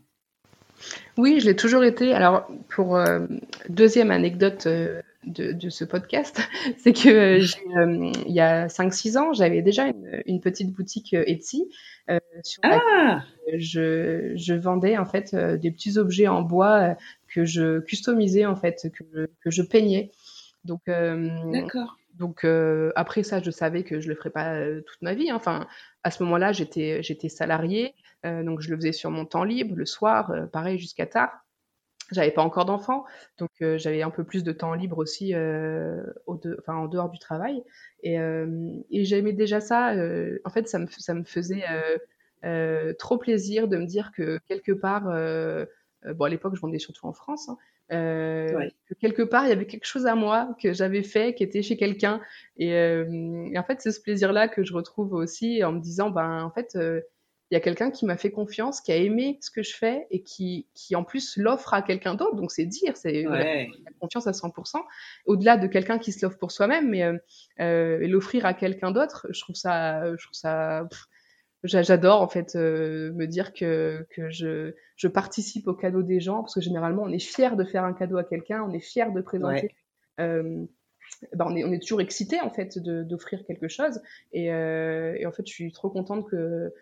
Oui, je l'ai toujours été. Alors, pour euh, deuxième anecdote euh, de, de ce podcast, c'est que euh, j'ai, euh, il y a cinq six ans, j'avais déjà une, une petite boutique Etsy euh, sur ah laquelle je, je vendais en fait euh, des petits objets en bois euh, que je customisais en fait, que je, que je peignais. Donc, euh, D'accord. Donc euh, après ça, je savais que je le ferais pas euh, toute ma vie. Hein. Enfin, à ce moment-là, j'étais j'étais salariée, euh, donc je le faisais sur mon temps libre, le soir, euh, pareil jusqu'à tard. J'avais pas encore d'enfants, donc euh, j'avais un peu plus de temps libre aussi, euh, au de, enfin en dehors du travail. Et, euh, et j'aimais déjà ça. Euh, en fait, ça me ça me faisait euh, euh, trop plaisir de me dire que quelque part, euh, euh, bon à l'époque je vendais surtout en France. Hein, euh, ouais. que quelque part il y avait quelque chose à moi que j'avais fait qui était chez quelqu'un et, euh, et en fait c'est ce plaisir là que je retrouve aussi en me disant ben en fait euh, il y a quelqu'un qui m'a fait confiance, qui a aimé ce que je fais et qui, qui en plus l'offre à quelqu'un d'autre. Donc c'est dire, c'est ouais. la confiance à cent pour cent. Au-delà de quelqu'un qui se l'offre pour soi-même, mais euh, euh, l'offrir à quelqu'un d'autre, je trouve ça, je trouve ça, pff, j'adore en fait euh, me dire que, que je, je participe au cadeau des gens parce que généralement on est fier de faire un cadeau à quelqu'un, on est fier de présenter. Ouais. Euh, ben on est, on est toujours excité en fait de, d'offrir quelque chose et, euh, et en fait je suis trop contente que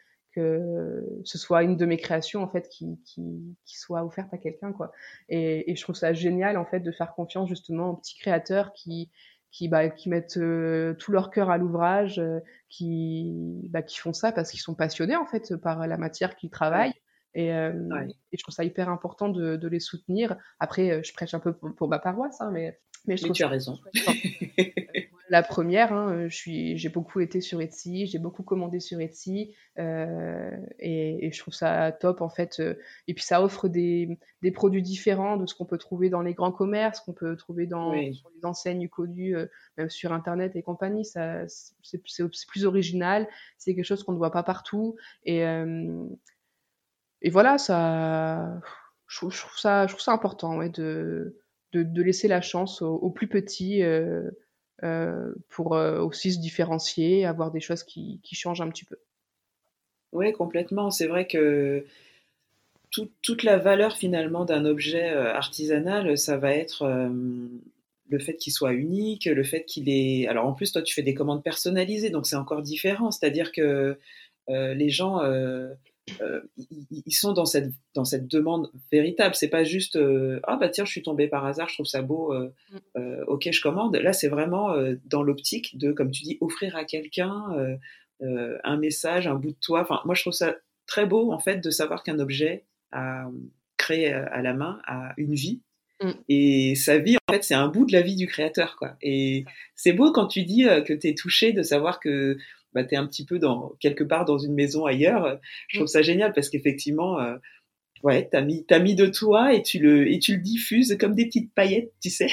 que ce soit une de mes créations en fait qui, qui, qui soit offerte à quelqu'un quoi et, et je trouve ça génial en fait de faire confiance justement aux petits créateurs qui qui bah, qui mettent euh, tout leur cœur à l'ouvrage euh, qui bah, qui font ça parce qu'ils sont passionnés en fait par la matière qu'ils travaillent. Ouais. Et, euh, ouais. et je trouve ça hyper important de, de les soutenir. Après, je prêche un peu pour, pour ma paroisse, hein, mais mais, je mais tu as raison. La première, hein, je suis, j'ai beaucoup été sur Etsy, j'ai beaucoup commandé sur Etsy, euh, et, et je trouve ça top en fait. Et puis ça offre des, des produits différents de ce qu'on peut trouver dans les grands commerces, qu'on peut trouver dans oui. sur les enseignes connues, euh, même sur Internet et compagnie. Ça, c'est, c'est, c'est plus original, c'est quelque chose qu'on ne voit pas partout. Et, euh, et voilà, ça, je, je trouve ça, je trouve ça important, ouais, de De, de, laisser la chance aux, aux plus petits euh, euh, pour euh, aussi se différencier, avoir des choses qui, qui changent un petit peu. Oui, complètement. C'est vrai que tout, toute la valeur finalement d'un objet artisanal, ça va être euh, le fait qu'il soit unique, le fait qu'il est... Alors en plus, toi, tu fais des commandes personnalisées, donc c'est encore différent. C'est-à-dire que euh, les gens... Euh, Euh, ils, ils sont dans cette dans cette demande véritable. C'est pas juste euh, ah bah tiens je suis tombée par hasard, je trouve ça beau, euh, euh, ok je commande. Là c'est vraiment euh, dans l'optique de, comme tu dis, offrir à quelqu'un euh, euh, un message, un bout de toi. Enfin moi je trouve ça très beau en fait de savoir qu'un objet a créé à la main a une vie. Mm. Et sa vie, en fait, c'est un bout de la vie du créateur, quoi. Et c'est beau quand tu dis euh, que t'es touché de savoir que bah, t'es un petit peu dans, quelque part dans une maison ailleurs. Je trouve ça génial parce qu'effectivement, euh, ouais, t'as mis, t'as mis de toi et tu le, et tu le diffuses comme des petites paillettes, tu sais.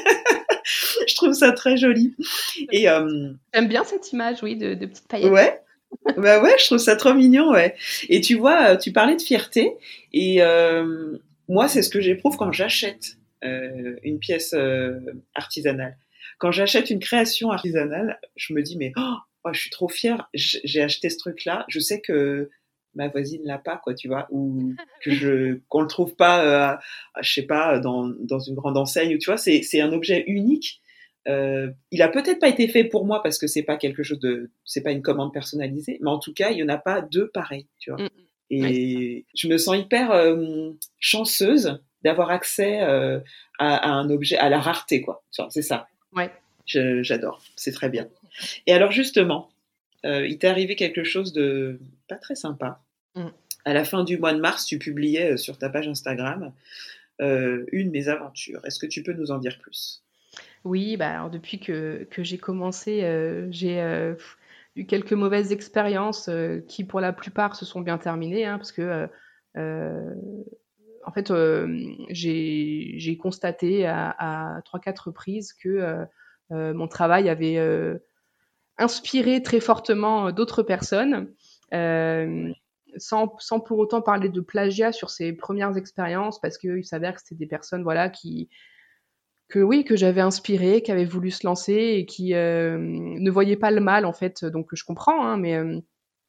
Je trouve ça très joli. Et, euh, j'aime bien cette image, oui, de, de petites paillettes. Ouais. Bah ouais, je trouve ça trop mignon, ouais. Et tu vois, tu parlais de fierté et, euh, moi, c'est ce que j'éprouve quand j'achète euh, une pièce euh, artisanale. Quand j'achète une création artisanale, je me dis, mais oh, oh, je suis trop fière, j'ai acheté ce truc-là, je sais que ma voisine l'a pas, quoi, tu vois, ou que je, qu'on le trouve pas, euh, à, je sais pas, dans, dans une grande enseigne, tu vois, c'est, c'est un objet unique. Euh, il a peut-être pas été fait pour moi parce que c'est pas quelque chose de, c'est pas une commande personnalisée, mais en tout cas, il y en a pas deux pareils, tu vois. Et ouais. Je me sens hyper euh, chanceuse d'avoir accès euh, à, à un objet, à la rareté, quoi. C'est ça. Ouais. Je, j'adore, c'est très bien. Et alors justement, euh, il t'est arrivé quelque chose de pas très sympa. Mm. À la fin du mois de mars, tu publiais sur ta page Instagram euh, une mésaventures. Est-ce que tu peux nous en dire plus ? Oui, bah alors depuis que, que j'ai commencé, euh, j'ai euh, eu quelques mauvaises expériences euh, qui, pour la plupart, se sont bien terminées, hein, parce que euh, euh, en fait, euh, j'ai, j'ai constaté à, à trois quatre reprises que euh, euh, mon travail avait euh, inspiré très fortement d'autres personnes, euh, sans, sans pour autant parler de plagiat sur ces premières expériences, parce qu'il s'avère que c'était des personnes, voilà, qui que oui, que j'avais inspiré, qui avaient voulu se lancer et qui euh, ne voyaient pas le mal, en fait. Donc je comprends, hein, mais euh,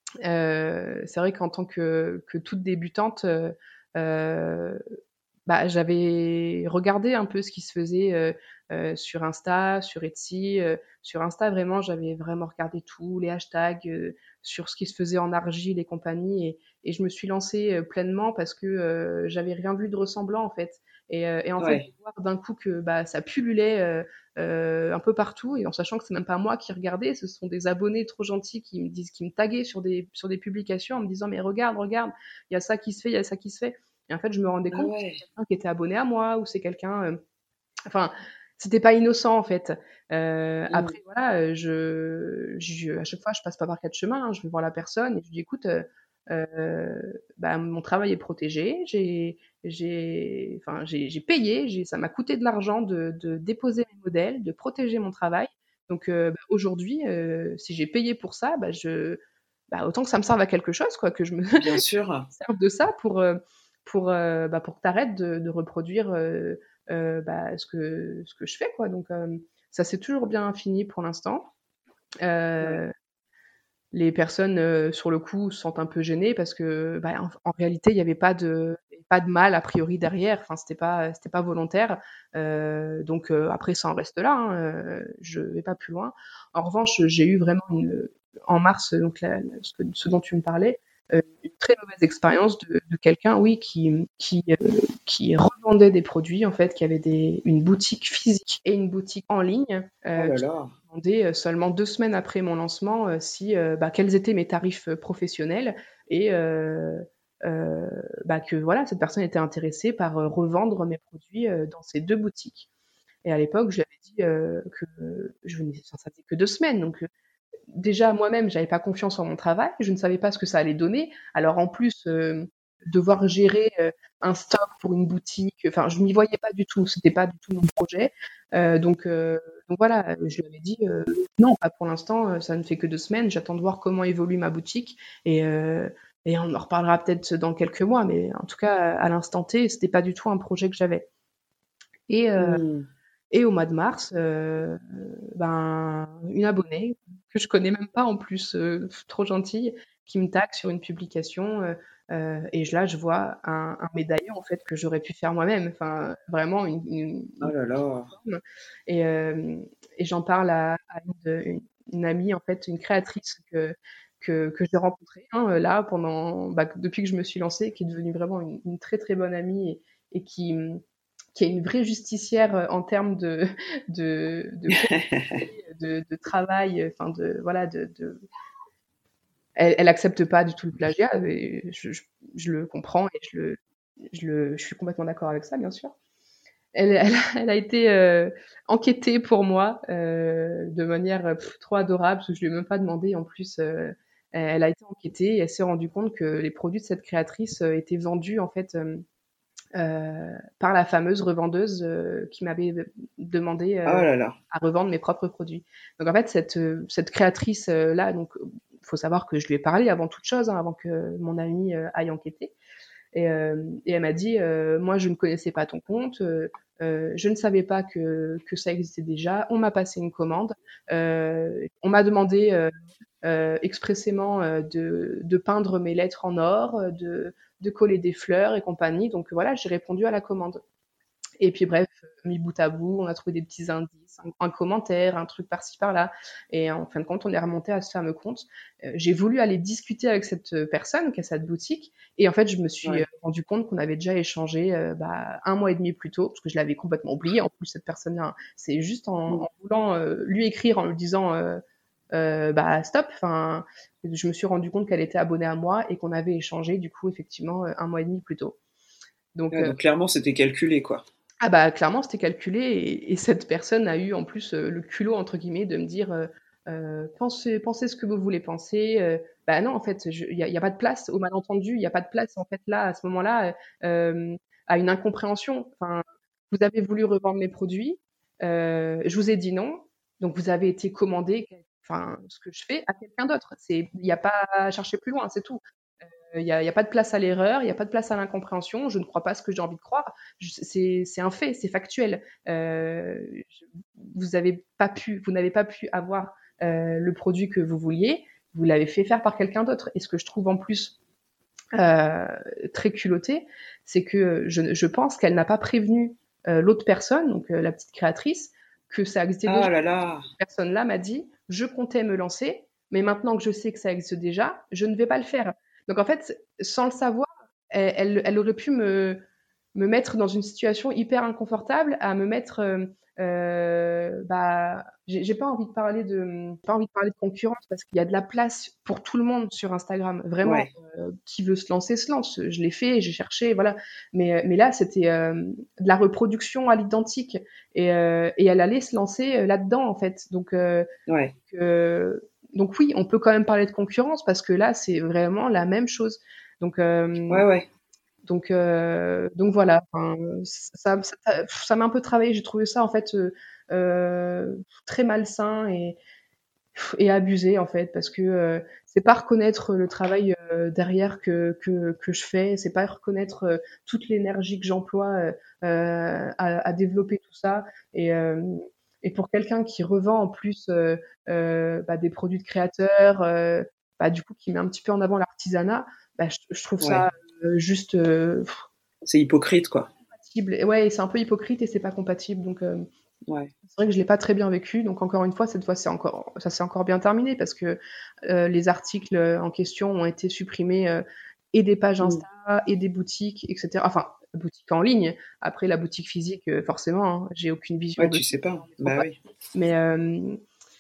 euh, c'est vrai qu'en tant que, que toute débutante, euh, euh, bah, j'avais regardé un peu ce qui se faisait euh, euh, sur Insta, sur Etsy. Euh, sur Insta, vraiment, j'avais vraiment regardé tout, les hashtags, euh, sur ce qui se faisait en argile et compagnie. Et, et je me suis lancée euh, pleinement parce que euh, j'avais rien vu de ressemblant, en fait. Et, euh, et en ouais. fait, de voir d'un coup que bah, ça pullulait euh, euh, un peu partout, et en sachant que c'est même pas moi qui regardais, ce sont des abonnés trop gentils qui me disent, qui me taguaient sur des, sur des publications en me disant mais regarde, regarde, il y a ça qui se fait, il y a ça qui se fait. Et en fait, je me rendais compte ouais. que c'est quelqu'un qui était abonné à moi, ou c'est quelqu'un. Euh... Enfin, c'était pas innocent en fait. Euh, mmh. Après, voilà, je, je, à chaque fois, je passe pas par quatre chemins. Hein, je vais voir la personne et je lui dis écoute, euh, euh, bah, mon travail est protégé. J'ai, j'ai, enfin, j'ai, j'ai payé. J'ai, ça m'a coûté de l'argent de, de déposer mes modèles, de protéger mon travail. Donc euh, bah, aujourd'hui, euh, si j'ai payé pour ça, bah, je, bah, autant que ça me serve à quelque chose, quoi, que je me Bien sûr. serve de ça pour. Euh, pour, euh, bah, pour que tu arrêtes de, de reproduire euh, euh, bah, ce, que, ce que je fais. Quoi. Donc, euh, ça s'est toujours bien fini pour l'instant. Euh, ouais. Les personnes, euh, sur le coup, se sentent un peu gênées parce que, bah, en, en réalité, il n'y avait pas de, pas de mal, a priori, derrière. Enfin, ce n'était pas, c'était pas volontaire. Euh, donc, euh, après, ça en reste là. Hein. Je ne vais pas plus loin. En revanche, j'ai eu vraiment, une, en mars, donc la, la, ce, que, ce dont tu me parlais, Euh, une très mauvaise expérience de, de quelqu'un, oui, qui, qui, euh, qui revendait des produits, en fait, qui avait des, une boutique physique et une boutique en ligne. Euh, oh là là. Qui demandait seulement deux semaines après mon lancement euh, si, euh, bah, quels étaient mes tarifs professionnels et euh, euh, bah, que voilà, cette personne était intéressée par euh, revendre mes produits euh, dans ces deux boutiques. Et à l'époque, je lui avais dit euh, que je venais, ça faisait que deux semaines, donc déjà moi-même, j'avais pas confiance en mon travail, je ne savais pas ce que ça allait donner. Alors en plus, euh, devoir gérer euh, un stock pour une boutique, enfin, je m'y voyais pas du tout, c'était pas du tout mon projet. Euh, donc, euh, donc voilà, je lui avais dit euh, non, pas pour l'instant, ça ne fait que deux semaines, j'attends de voir comment évolue ma boutique et, euh, et on en reparlera peut-être dans quelques mois, mais en tout cas, à l'instant T, c'était pas du tout un projet que j'avais. Et euh, mmh. Et au mois de mars, euh, ben, une abonnée que je connais même pas en plus, euh, trop gentille, qui me tague sur une publication euh, euh, et là je vois un, un médaillon en fait que j'aurais pu faire moi-même, enfin vraiment une, une, oh là là. Une et, euh, et j'en parle à, à une, une, une amie en fait, une créatrice que que, que j'ai rencontrée hein, là pendant bah, depuis que je me suis lancée, qui est devenue vraiment une, une très très bonne amie et, et qui qui est une vraie justicière en termes de de de, de, de travail, enfin de voilà de, de... Elle, elle accepte pas du tout le plagiat, et je, je, je le comprends et je le je le je suis complètement d'accord avec ça bien sûr. Elle, elle, elle a été euh, enquêtée pour moi euh, de manière pff, trop adorable parce que je lui ai même pas demandé en plus. Euh, elle a été enquêtée et elle s'est rendue compte que les produits de cette créatrice euh, étaient vendus en fait. Euh, Euh, par la fameuse revendeuse euh, qui m'avait demandé euh, oh là là. à revendre mes propres produits. Donc en fait, cette, euh, cette créatrice euh, là, donc il faut savoir que je lui ai parlé avant toute chose, hein, avant que mon amie euh, aille enquêter. Et, euh, et elle m'a dit, euh, moi je ne connaissais pas ton compte, euh, euh, je ne savais pas que, que ça existait déjà, on m'a passé une commande, euh, on m'a demandé euh, euh, expressément euh, de, de peindre mes lettres en or, de, de coller des fleurs et compagnie, donc voilà, j'ai répondu à la commande. Et puis bref, mis bout à bout, on a trouvé des petits indices, un, un commentaire, un truc par-ci par-là. Et en fin de compte, on est remonté à ce fameux compte. Euh, j'ai voulu aller discuter avec cette personne qui a cette boutique. Et en fait, je me suis Ouais. rendu compte qu'on avait déjà échangé euh, bah, un mois et demi plus tôt, parce que je l'avais complètement oublié. En plus, cette personne-là, c'est juste en, Mm. en voulant euh, lui écrire, en lui disant euh, euh, bah stop. Enfin, je me suis rendu compte qu'elle était abonnée à moi et qu'on avait échangé du coup effectivement euh, un mois et demi plus tôt. Donc, Ouais, euh, donc clairement, c'était calculé, quoi. ah bah clairement c'était calculé et, et cette personne a eu en plus euh, le culot entre guillemets de me dire euh, euh, pensez, pensez ce que vous voulez penser. Euh, bah non en fait il n'y a, y a pas de place au malentendu, il n'y a pas de place en fait là à ce moment-là euh, à une incompréhension. Enfin, vous avez voulu revendre mes produits, euh, je vous ai dit non, donc vous avez été commandé enfin ce que je fais à quelqu'un d'autre. C'est il n'y a pas à chercher plus loin, c'est tout. Il n'y a, y a, pas de place à l'erreur, il n'y a pas de place à l'incompréhension, je ne crois pas ce que j'ai envie de croire, c'est un fait, c'est factuel. Euh, je, vous n'avez pas pu, vous n'avez pas pu avoir euh, le produit que vous vouliez, vous l'avez fait faire par quelqu'un d'autre. Et ce que je trouve en plus euh, très culotté, c'est que je, je pense qu'elle n'a pas prévenu euh, l'autre personne, donc euh, la petite créatrice, que ça existait Ah déjà. là là. Cette personne-là m'a dit, je comptais me lancer, mais maintenant que je sais que ça existe déjà, je ne vais pas le faire. Donc en fait, sans le savoir, elle, elle, elle aurait pu me, me mettre dans une situation hyper inconfortable, à me mettre, euh, euh, bah, j'ai pas envie de parler de, pas envie de parler de concurrence parce qu'il y a de la place pour tout le monde sur Instagram. Vraiment, Ouais. euh, qui veut se lancer se lance. Je l'ai fait, j'ai cherché, voilà. Mais, mais là, c'était euh, de la reproduction à l'identique et, euh, et elle allait se lancer là-dedans en fait. Donc, euh, Ouais. euh, donc oui, on peut quand même parler de concurrence parce que là, c'est vraiment la même chose. Donc, euh, Ouais, ouais. donc, euh, donc voilà. Enfin, ça, ça, ça m'a un peu travaillé. J'ai trouvé ça en fait euh, euh, très malsain et, et abusé en fait parce que euh, c'est pas reconnaître le travail euh, derrière que, que que je fais. C'est pas reconnaître euh, toute l'énergie que j'emploie euh, à, à développer tout ça et euh, et pour quelqu'un qui revend en plus euh, euh, bah, des produits de créateurs, euh, bah, du coup qui met un petit peu en avant l'artisanat, bah, je, je trouve Ouais. ça euh, juste euh, C'est hypocrite, quoi. compatible. Et ouais, c'est un peu hypocrite et c'est pas compatible. Donc euh, Ouais. c'est vrai que je l'ai pas très bien vécu. Donc encore une fois, cette fois, c'est encore, ça s'est encore bien terminé parce que euh, les articles en question ont été supprimés euh, et des pages Mm. Insta et des boutiques, et cetera. Enfin, boutique en ligne. Après, la boutique physique, euh, forcément, hein, j'ai aucune vision Ouais, de tu sais pas. en Bah métropole. oui. Mais euh,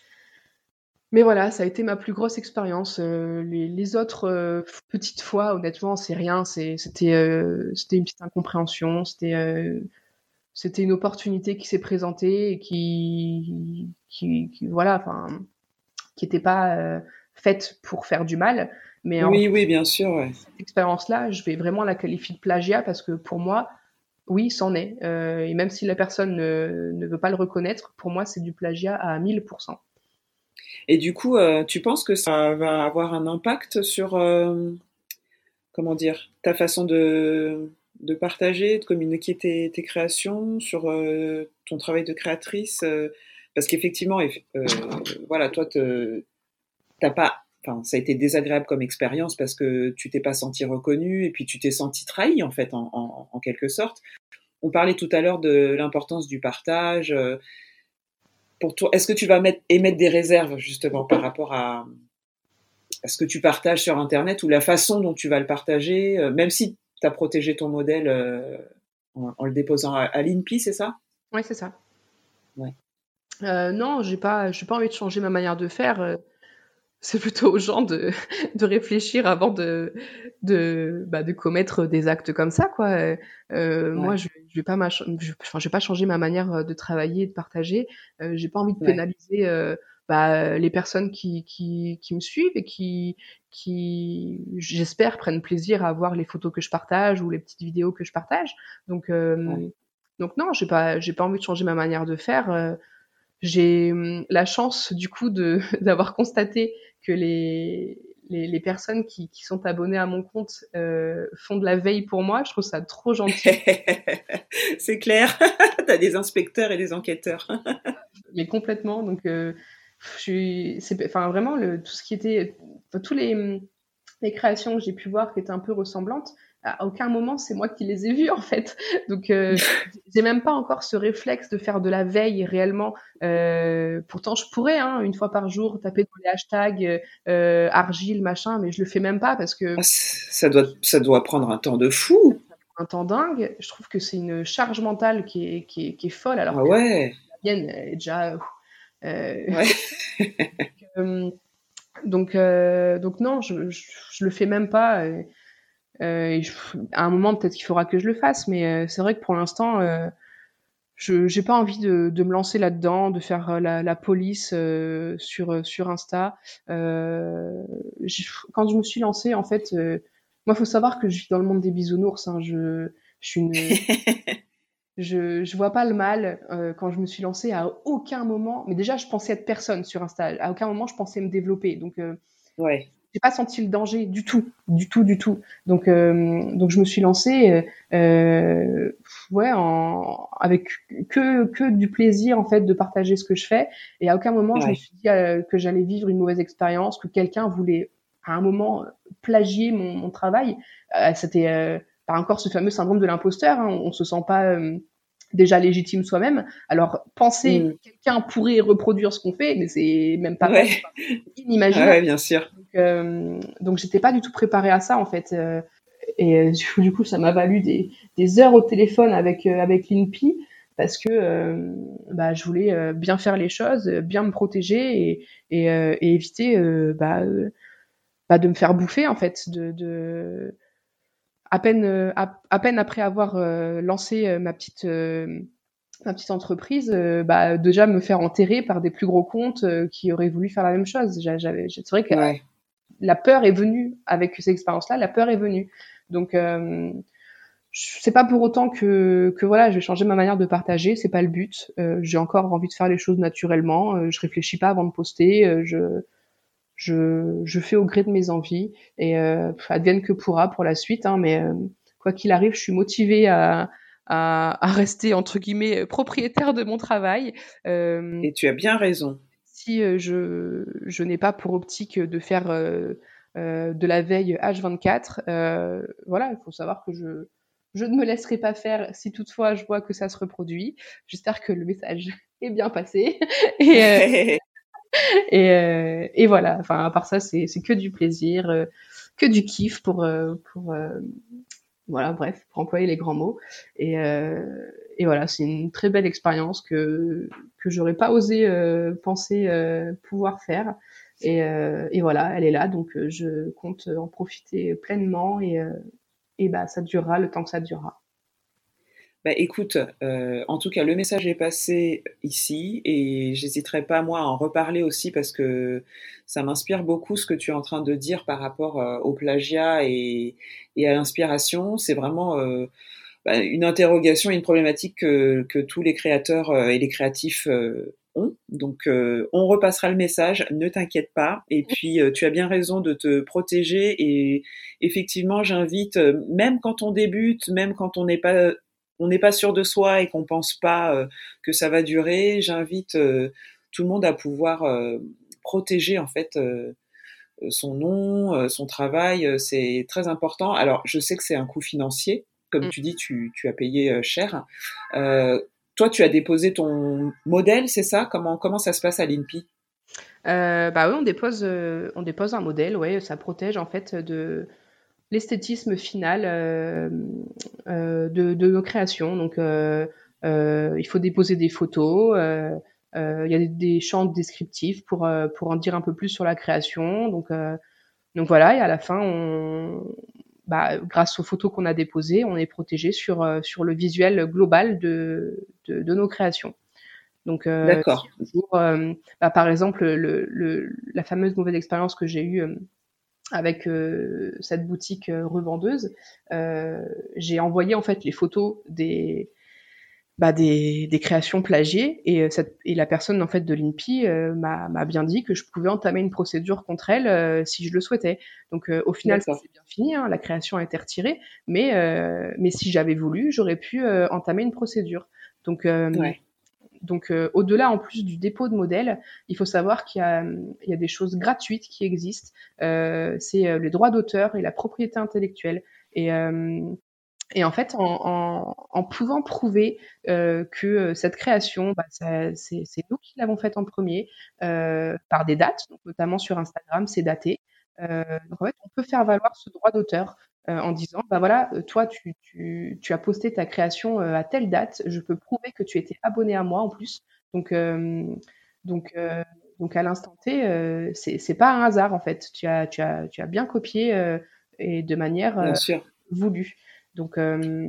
mais voilà, ça a été ma plus grosse expérience. Euh, les, les autres euh, petites fois, honnêtement, c'est rien. C'est- C'était euh, c'était une petite incompréhension. C'était euh, c'était une opportunité qui s'est présentée et qui, qui, qui voilà, enfin, qui n'était pas euh, faite pour faire du mal. Mais en Oui, oui, bien sûr, ouais. cette expérience-là, je vais vraiment la qualifier de plagiat parce que pour moi, oui, c'en est. Euh, et même si la personne ne, ne veut pas le reconnaître, pour moi, c'est du plagiat à mille pour cent. Et du coup, euh, tu penses que ça va avoir un impact sur, euh, comment dire, ta façon de, de partager, de communiquer tes, tes créations, sur euh, ton travail de créatrice euh, parce qu'effectivement, eff- euh, voilà, toi, te, t'as pas, enfin, ça a été désagréable comme expérience parce que tu t'es pas senti reconnu et puis tu t'es senti trahi en fait, en, en, en quelque sorte. On parlait tout à l'heure de l'importance du partage. euh, Pour toi, est-ce que tu vas mettre, émettre des réserves justement par rapport à, à ce que tu partages sur Internet ou la façon dont tu vas le partager, euh, même si tu as protégé ton modèle euh, en, en le déposant à, à l'I N P I, c'est ça? Ouais, c'est ça. Ouais. Euh, non, j'ai pas, j'ai pas envie de changer ma manière de faire. Euh, c'est plutôt aux gens de, de réfléchir avant de, de, bah, de commettre des actes comme ça, quoi. Euh, euh, moi, Ouais. je, je vais pas, ma, je, enfin, je vais pas changer ma manière euh, de travailler et de partager. Euh, j'ai pas envie de Ouais. pénaliser euh, bah, les personnes qui, qui, qui me suivent et qui, qui, j'espère, prennent plaisir à voir les photos que je partage ou les petites vidéos que je partage. Donc, euh, Ouais. donc non, j'ai pas, j'ai pas envie de changer ma manière de faire. Euh, j'ai hum, la chance du coup de d'avoir constaté que les les, les personnes qui, qui sont abonnées à mon compte euh, font de la veille pour moi. Je trouve ça trop gentil, C'est clair. Tu as des inspecteurs et des enquêteurs. mais complètement. Donc, euh, je suis, c'est, enfin vraiment le tout ce qui était, enfin, tous les hum, les créations que j'ai pu voir qui étaient un peu ressemblantes. à aucun moment c'est moi qui les ai vus en fait. Donc euh, j'ai même pas encore ce réflexe de faire de la veille réellement. Euh, pourtant je pourrais hein, une fois par jour taper dans les hashtags euh, argile machin, mais je le fais même pas parce que Ah, ça doit, ça doit prendre un temps de fou. Un temps dingue. Je trouve que c'est une charge mentale qui est, qui est, qui est folle, alors ah que ouais. la mienne est déjà. Euh, ouais. euh, donc, euh, donc non, je, je, je le fais même pas. Euh, euh, je, à un moment, peut-être qu'il faudra que je le fasse, mais euh, c'est vrai que pour l'instant, euh, je j'ai pas envie de, de me lancer là-dedans, de faire la, la police euh, sur sur Insta. Euh, quand je me suis lancée, en fait, euh, moi, faut savoir que je vis dans le monde des bisounours. Hein, je, je suis une Je, je vois pas le mal euh, quand je me suis lancée à aucun moment. Mais déjà, je pensais être personne sur Insta. À aucun moment, je pensais me développer. Donc, euh, ouais. j'ai pas senti le danger du tout, du tout, du tout. Donc, euh, donc je me suis lancée, euh, ouais, en, avec que que du plaisir en fait de partager ce que je fais. Et à aucun moment, ouais. je me suis dit euh, que j'allais vivre une mauvaise expérience, que quelqu'un voulait à un moment plagier mon, mon travail. Euh, c'était euh, pas encore ce fameux syndrome de l'imposteur. Hein, on, on se sent pas euh, déjà légitime soi-même. Alors penser mm. que quelqu'un pourrait reproduire ce qu'on fait, mais c'est même pas ouais. vrai, c'est inimaginable. Ouais, bien sûr. Donc, euh, donc j'étais pas du tout préparée à ça en fait. Euh, et euh, du coup, ça m'a valu des, des heures au téléphone avec euh, avec l'I N P I parce que euh, bah, je voulais euh, bien faire les choses, bien me protéger et, et, euh, et éviter euh, bah, euh, bah, de me faire bouffer en fait. De, de... À peine euh, à, à peine après avoir euh, lancé euh, ma petite euh, ma petite entreprise, euh, bah, déjà me faire enterrer par des plus gros comptes euh, qui auraient voulu faire la même chose. J'avais, c'est vrai que ouais. la peur est venue avec cette expérience-là, la peur est venue. Donc, euh, c'est pas pour autant que, que voilà, je vais changer ma manière de partager, c'est pas le but. Euh, j'ai encore envie de faire les choses naturellement, euh, je réfléchis pas avant de poster, euh, je, je, je fais au gré de mes envies et euh, advienne que pourra pour la suite, hein, mais euh, quoi qu'il arrive, je suis motivée à, à, à rester entre guillemets propriétaire de mon travail. Euh, Et tu as bien raison. Si euh, je, je n'ai pas pour optique de faire euh, euh, de la veille H vingt-quatre, euh, voilà, il faut savoir que je, je ne me laisserai pas faire si toutefois je vois que ça se reproduit. J'espère que le message est bien passé. et, euh, et, euh, et voilà, enfin, à part ça, c'est, c'est que du plaisir, euh, que du kiff pour, euh, pour euh, voilà, bref, pour employer les grands mots. Et, euh, et voilà, c'est une très belle expérience que que j'aurais pas osé euh, penser euh, pouvoir faire. Et, euh, et voilà, elle est là, donc euh, je compte en profiter pleinement et euh, et bah ça durera le temps que ça durera. Bah écoute, euh, en tout cas, le message est passé ici et j'hésiterai pas moi à en reparler aussi parce que ça m'inspire beaucoup ce que tu es en train de dire par rapport euh, au plagiat et, et à l'inspiration. C'est vraiment euh, bah, une interrogation, une problématique que, que tous les créateurs euh, et les créatifs euh, ont. Donc euh, on repassera le message, ne t'inquiète pas. Et puis euh, tu as bien raison de te protéger et effectivement j'invite, euh, même quand on débute, même quand on n'est pas on n'est pas sûr de soi et qu'on pense pas euh, que ça va durer, j'invite euh, tout le monde à pouvoir euh, protéger en fait euh, son nom, euh, son travail, euh, c'est très important. Alors je sais que c'est un coût financier, comme Mm. tu dis, tu, tu as payé euh, cher. Euh, toi, tu as déposé ton modèle, c'est ça? Comment comment ça se passe à l'I N P I? Euh, bah oui, on dépose euh, on dépose un modèle, ouais, ça protège en fait de l'esthétisme final euh, euh, de, de nos créations. Donc, euh, euh, il faut déposer des photos. Euh, euh, il y a des, des champs descriptifs pour euh, pour en dire un peu plus sur la création. Donc, euh, donc voilà. Et à la fin, on, bah, grâce aux photos qu'on a déposées, on est protégé sur euh, sur le visuel global de de, de nos créations. Donc, euh, si D'accord. un jour, euh, bah, par exemple, le, le, la fameuse mauvaise expérience que j'ai eue euh, avec euh, cette boutique euh, revendeuse, euh, j'ai envoyé en fait les photos des bah, des, des créations plagiées et, euh, cette, et la personne en fait de l'I N P I euh, m'a, m'a bien dit que je pouvais entamer une procédure contre elle euh, si je le souhaitais. Donc euh, au final ça D'accord. s'est bien fini, hein, la création a été retirée, mais euh, mais si j'avais voulu, j'aurais pu euh, entamer une procédure. Donc euh, Ouais. donc, euh, au-delà, en plus du dépôt de modèles, il faut savoir qu'il y a, il y a des choses gratuites qui existent. Euh, c'est euh, les droits d'auteur et la propriété intellectuelle. Et, euh, et en fait, en, en, en pouvant prouver euh, que cette création, bah, ça, c'est, c'est nous qui l'avons faite en premier, euh, par des dates, donc notamment sur Instagram, c'est daté. Euh, donc en fait, on peut faire valoir ce droit d'auteur euh, en disant, bah voilà, toi, tu, tu, tu as posté ta création euh, à telle date, je peux prouver que tu étais abonné à moi en plus. Donc, euh, donc, euh, donc à l'instant T, euh, c'est, c'est pas un hasard en fait. Tu as, tu as, tu as bien copié euh, et de manière euh, Bien sûr. voulue. Donc, euh,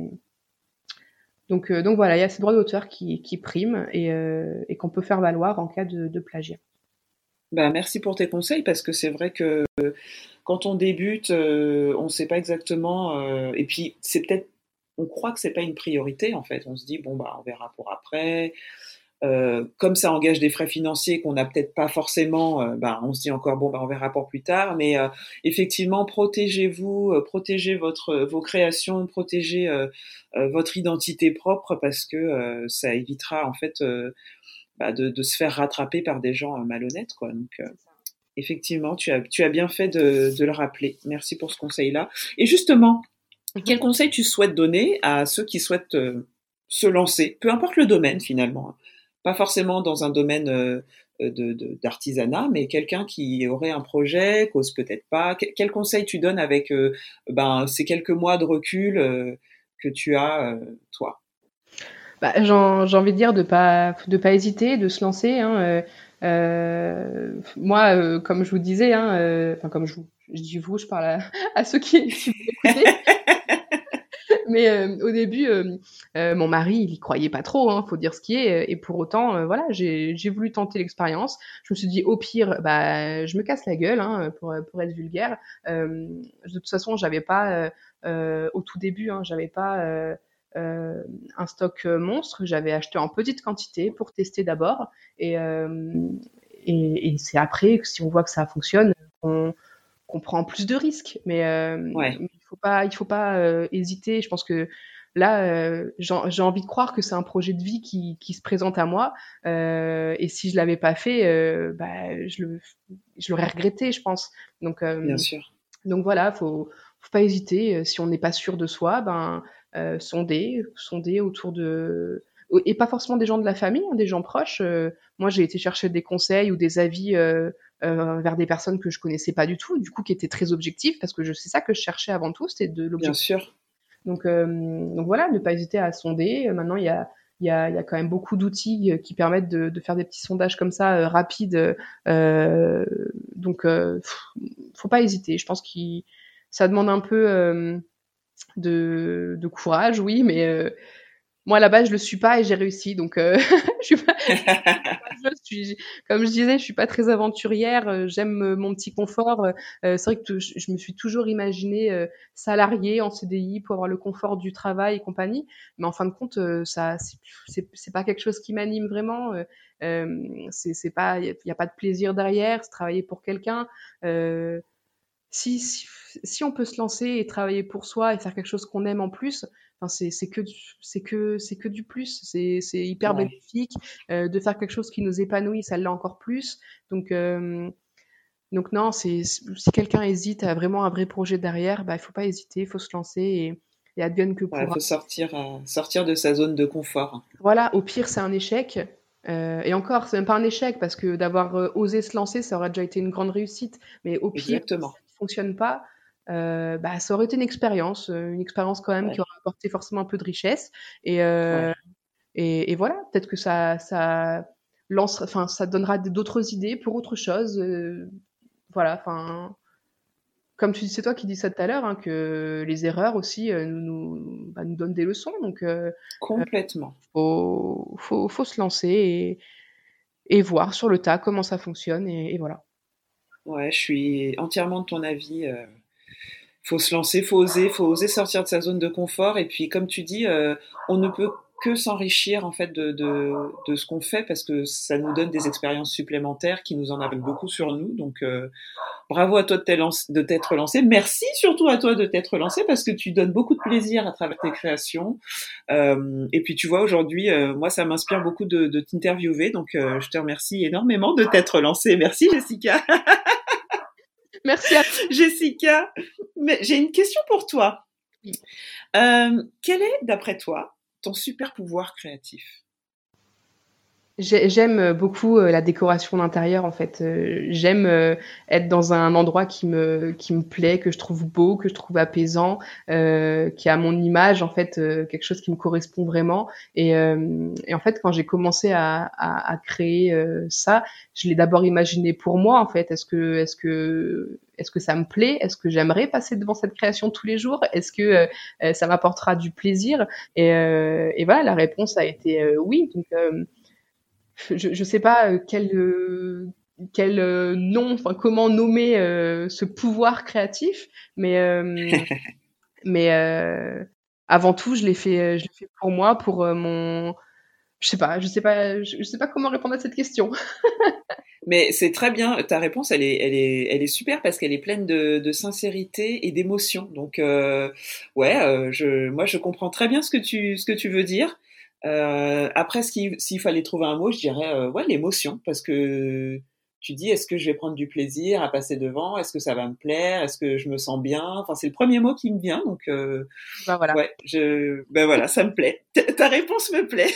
donc, euh, donc voilà, il y a ces droits d'auteur qui, qui priment et, euh, et qu'on peut faire valoir en cas de, de plagiat. Bah, merci pour tes conseils parce que c'est vrai que euh, quand on débute, euh, on ne sait pas exactement. Euh, et puis c'est peut-être, on croit que c'est pas une priorité en fait. On se dit bon bah on verra pour après. Euh, comme ça engage des frais financiers qu'on n'a peut-être pas forcément, euh, bah, on se dit encore bon bah on verra pour plus tard. Mais euh, effectivement, protégez-vous, euh, protégez votre vos créations, protégez euh, euh, votre identité propre parce que euh, ça évitera en fait euh, bah, de, de se faire rattraper par des gens euh, malhonnêtes quoi. Donc euh, effectivement, tu as tu as bien fait de, de le rappeler. Merci pour ce conseil-là. Et justement, quel conseil tu souhaites donner à ceux qui souhaitent euh, se lancer, peu importe le domaine finalement, hein. Pas forcément dans un domaine euh, de, de, d'artisanat, mais quelqu'un qui aurait un projet, qu'ose peut-être pas. Quel, quel conseil tu donnes avec euh, ben, ces quelques mois de recul euh, que tu as, euh, toi? Bah, j'en- j'ai envie de dire de pas de pas hésiter, de se lancer. Hein, euh, euh, moi, euh, comme je vous disais, hein, euh, enfin comme je vous, je dis vous, je parle à, à ceux qui, qui vous écoutez. Mais euh, au début, euh, euh, mon mari, il y croyait pas trop, hein, faut dire ce qui est. Et pour autant, euh, voilà, j'ai j'ai voulu tenter l'expérience. Je me suis dit, au pire, bah, je me casse la gueule, hein, pour pour être vulgaire. Euh, de toute façon, j'avais pas euh, euh, au tout début, hein, j'avais pas euh, euh, un stock monstre. J'avais acheté en petite quantité pour tester d'abord. Et euh, et, et c'est après que si on voit que ça fonctionne, qu'on qu'on prend plus de risques. Mais euh, Ouais, il faut pas, il faut pas euh, hésiter. Je pense que là, euh, j'ai j'ai envie de croire que c'est un projet de vie qui, qui se présente à moi. Euh, et si je l'avais pas fait, euh, bah, je le, je l'aurais regretté, je pense. Donc, bien euh, sûr. donc voilà, faut, faut pas hésiter. Si on n'est pas sûr de soi, ben euh, sonder, sonder autour de et pas forcément des gens de la famille, hein, des gens proches. Euh, moi, j'ai été chercher des conseils ou des avis euh, euh, vers des personnes que je connaissais pas du tout, du coup qui étaient très objectives, parce que je c'est ça que je cherchais avant tout, c'était de Bien l'objectif. sûr. Donc, euh, donc voilà, ne pas hésiter à sonder. Maintenant, il y a il y a, il y a quand même beaucoup d'outils qui permettent de, de faire des petits sondages comme ça euh, rapides. Euh, donc, euh, faut pas hésiter. Je pense que ça demande un peu euh, de, de courage, oui, mais euh, moi, à la base, je le suis pas et j'ai réussi. Donc, euh, je suis pas, je suis, comme je disais, je suis pas très aventurière. euh, J'aime euh, mon petit confort. euh, euh, C'est vrai que je, je me suis toujours imaginée euh, salariée en C D I pour avoir le confort du travail et compagnie. Mais en fin de compte, euh, ça, c'est c'est- c'est pas quelque chose qui m'anime vraiment. euh, euh, c'est c'est pas, il y, a pas de plaisir derrière. C'est travailler pour quelqu'un. Euh, si, si, si on peut se lancer et travailler pour soi et faire quelque chose qu'on aime en plus, enfin, c'est, c'est que, du- c'est que, c'est que du plus. C'est, c'est hyper Ouais. bénéfique euh, de faire quelque chose qui nous épanouit, ça l'est encore plus. Donc, euh, donc non, c'est, si quelqu'un hésite à vraiment un vrai projet derrière, bah, il faut pas hésiter, il faut se lancer et, et advienne que Ouais, pourra. faut sortir, euh, sortir de sa zone de confort. Voilà, au pire, c'est un échec. Euh, et encore, c'est même pas un échec parce que d'avoir euh, osé se lancer, ça aurait déjà été une grande réussite. Mais au pire, si Exactement. ça ne fonctionne pas, euh, bah, ça aurait été une expérience, euh, une expérience quand même qui Ouais. aurait apporté forcément un peu de richesse. Et, euh, Ouais. et, et voilà, peut-être que ça, ça lance, enfin, ça donnera d'autres idées pour autre chose. Euh, voilà, enfin, comme tu dis, c'est toi qui dis ça tout à l'heure, hein, que les erreurs aussi euh, nous, nous, bah, nous donnent des leçons. Donc, euh, Complètement. faut, faut, faut se lancer et, et voir sur le tas comment ça fonctionne et, et voilà. Ouais, je suis entièrement de ton avis. euh, Faut se lancer, faut oser, faut oser sortir de sa zone de confort. Et puis, comme tu dis, euh, on ne peut que s'enrichir en fait de, de, de ce qu'on fait parce que ça nous donne des expériences supplémentaires qui nous en apprennent beaucoup sur nous. Donc, euh, bravo à toi de t'être lancé- de t'être lancé. Merci surtout à toi de t'être lancé parce que tu donnes beaucoup de plaisir à travers tes créations. Euh, et puis, tu vois, aujourd'hui, euh, moi, ça m'inspire beaucoup de, de t'interviewer. Donc, euh, je te remercie énormément de t'être lancé. Merci, Jessica. Merci à Jessica, mais j'ai une question pour toi. Euh, quel est, d'après toi, ton super pouvoir créatif ? J'aime beaucoup la décoration d'intérieur en fait. J'aime être dans un endroit qui me qui me plaît, que je trouve beau, que je trouve apaisant, euh, qui a mon image en fait, quelque chose qui me correspond vraiment. Et, euh, et en fait, quand j'ai commencé à, à, à créer euh, ça, je l'ai d'abord imaginé pour moi en fait. Est-ce que est-ce que est-ce que ça me plaît ? Est-ce que j'aimerais passer devant cette création tous les jours ? Est-ce que euh, ça m'apportera du plaisir ? Et, euh, et voilà, la réponse a été euh, oui. Donc euh, je ne sais pas quel, euh, quel euh, nom, enfin comment nommer euh, ce pouvoir créatif, mais, euh, mais euh, avant tout, je l'ai fait, je l'ai fait pour moi, pour euh, mon... Je sais pas, je sais pas, je, je sais pas comment répondre à cette question. Mais c'est très bien, ta réponse, elle est, elle est, elle est super parce qu'elle est pleine de, de sincérité et d'émotion. Donc, euh, ouais, euh, je, moi, je comprends très bien ce que tu, ce que tu veux dire. Euh, après, s'il, s'il fallait trouver un mot, je dirais euh, ouais, l'émotion, parce que tu dis, est-ce que je vais prendre du plaisir à passer devant ? Est-ce que ça va me plaire ? Est-ce que je me sens bien ? Enfin, c'est le premier mot qui me vient, donc euh, ben voilà. Ouais, je, ben voilà, ça me plaît. Ta réponse me plaît.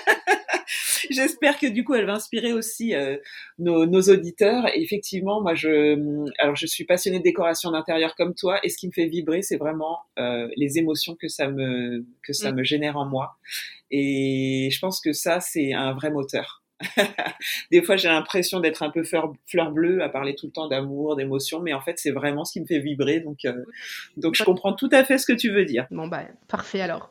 J'espère que du coup, elle va inspirer aussi euh, nos, nos auditeurs. Et effectivement, moi, je, alors, je suis passionnée de décoration d'intérieur comme toi, et ce qui me fait vibrer, c'est vraiment euh, les émotions que ça me que ça mmh. me génère en moi. Et je pense que ça, c'est un vrai moteur. Des fois, j'ai l'impression d'être un peu fleur, fleur bleue à parler tout le temps d'amour, d'émotion, mais en fait, c'est vraiment ce qui me fait vibrer. Donc, euh, donc je comprends tout à fait ce que tu veux dire. Bon, bah, parfait alors.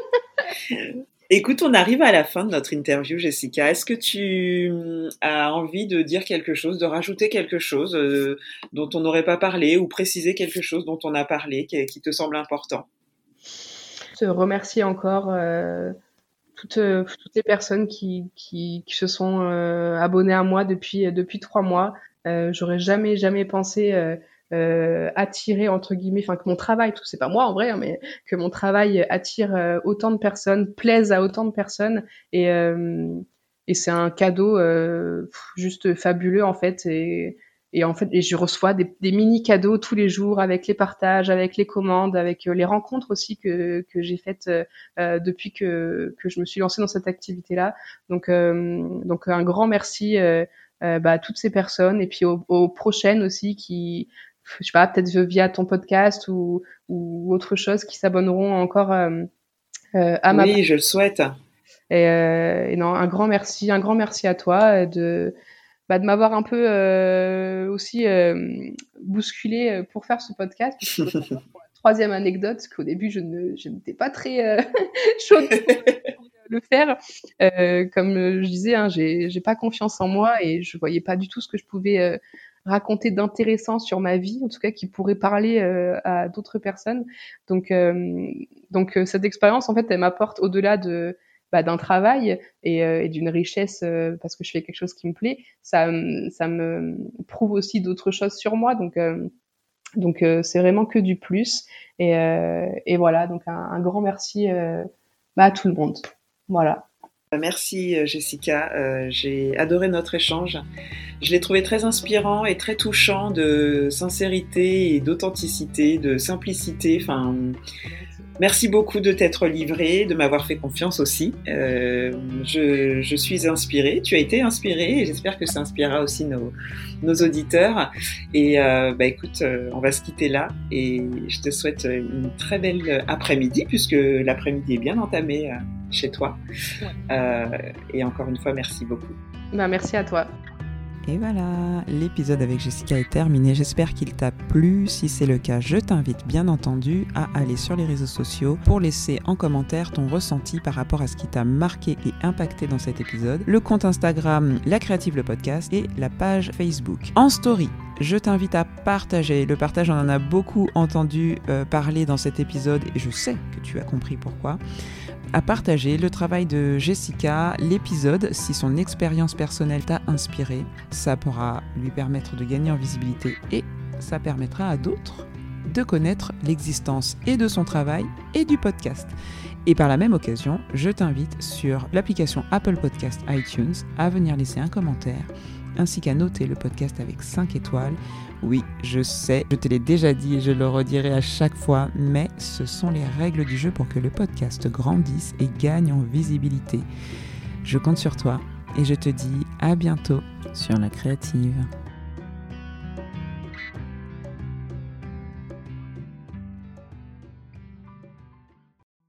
Écoute, on arrive à la fin de notre interview, Jessica. Est-ce que tu as envie de dire quelque chose, de rajouter quelque chose euh, dont on n'aurait pas parlé, ou préciser quelque chose dont on a parlé, qui, qui te semble important ? Je te remercie encore euh, toutes, euh, toutes les personnes qui, qui, qui se sont euh, abonnées à moi depuis, depuis trois mois. Euh, j'aurais jamais, jamais pensé... Euh, Euh, attirer entre guillemets, enfin que mon travail, tout c'est pas moi en vrai, hein, mais que mon travail attire euh, autant de personnes, plaise à autant de personnes, et euh, et c'est un cadeau euh, juste fabuleux en fait, et et en fait et je reçois des, des mini cadeaux tous les jours avec les partages, avec les commandes, avec euh, les rencontres aussi que que j'ai faites euh, depuis que que je me suis lancée dans cette activité là. Donc euh, donc un grand merci euh, euh, bah, à toutes ces personnes, et puis aux, aux prochaines aussi qui, je sais pas, peut-être via ton podcast ou, ou autre chose, qui s'abonneront encore euh, euh, à ma Oui, je le souhaite. Et, euh, et non, un grand merci, un grand merci à toi de, bah, de m'avoir un peu euh, aussi euh, bousculé pour faire ce podcast. Pour la troisième anecdote, parce qu'au début, je, ne, je n'étais pas très euh, chaude pour le faire. Euh, comme je disais, hein, j'ai, j'ai pas confiance en moi, et je voyais pas du tout ce que je pouvais euh, raconter d'intéressant sur ma vie, en tout cas qui pourrait parler euh, à d'autres personnes. Donc, euh, donc euh, cette expérience, en fait, elle m'apporte au-delà de, bah, d'un travail et, euh, et d'une richesse euh, parce que je fais quelque chose qui me plaît. Ça, ça me prouve aussi d'autres choses sur moi. Donc, euh, donc euh, c'est vraiment que du plus. Et, euh, et voilà, donc un, un grand merci euh, bah, à tout le monde. Voilà. Merci Jessica, euh, j'ai adoré notre échange. Je l'ai trouvé très inspirant et très touchant, de sincérité et d'authenticité, de simplicité. Enfin, merci beaucoup de t'être livrée, de m'avoir fait confiance aussi. Euh, je, je suis inspirée, tu as été inspirée, et j'espère que ça inspirera aussi nos, nos auditeurs. Et euh, bah écoute, euh, on va se quitter là, et je te souhaite une très belle après-midi, puisque l'après-midi est bien entamé euh, chez toi. Ouais. Euh, et encore une fois, merci beaucoup. Ben, merci à toi. Et voilà, l'épisode avec Jessica est terminé. J'espère qu'il t'a plu. Si c'est le cas, je t'invite bien entendu à aller sur les réseaux sociaux pour laisser en commentaire ton ressenti par rapport à ce qui t'a marqué et impacté dans cet épisode. Le compte Instagram La Créative le podcast et la page Facebook. En story, je t'invite à partager. Le partage, on en a beaucoup entendu euh, parler dans cet épisode, et je sais que tu as compris pourquoi. À partager le travail de Jessica, l'épisode, si son expérience personnelle t'a inspiré. Ça pourra lui permettre de gagner en visibilité, et ça permettra à d'autres de connaître l'existence et de son travail et du podcast. Et par la même occasion, je t'invite sur l'application Apple Podcast iTunes à venir laisser un commentaire ainsi qu'à noter le podcast avec cinq étoiles. Oui, je sais, je te l'ai déjà dit et je le redirai à chaque fois, mais ce sont les règles du jeu pour que le podcast grandisse et gagne en visibilité. Je compte sur toi et je te dis à bientôt sur La Créative.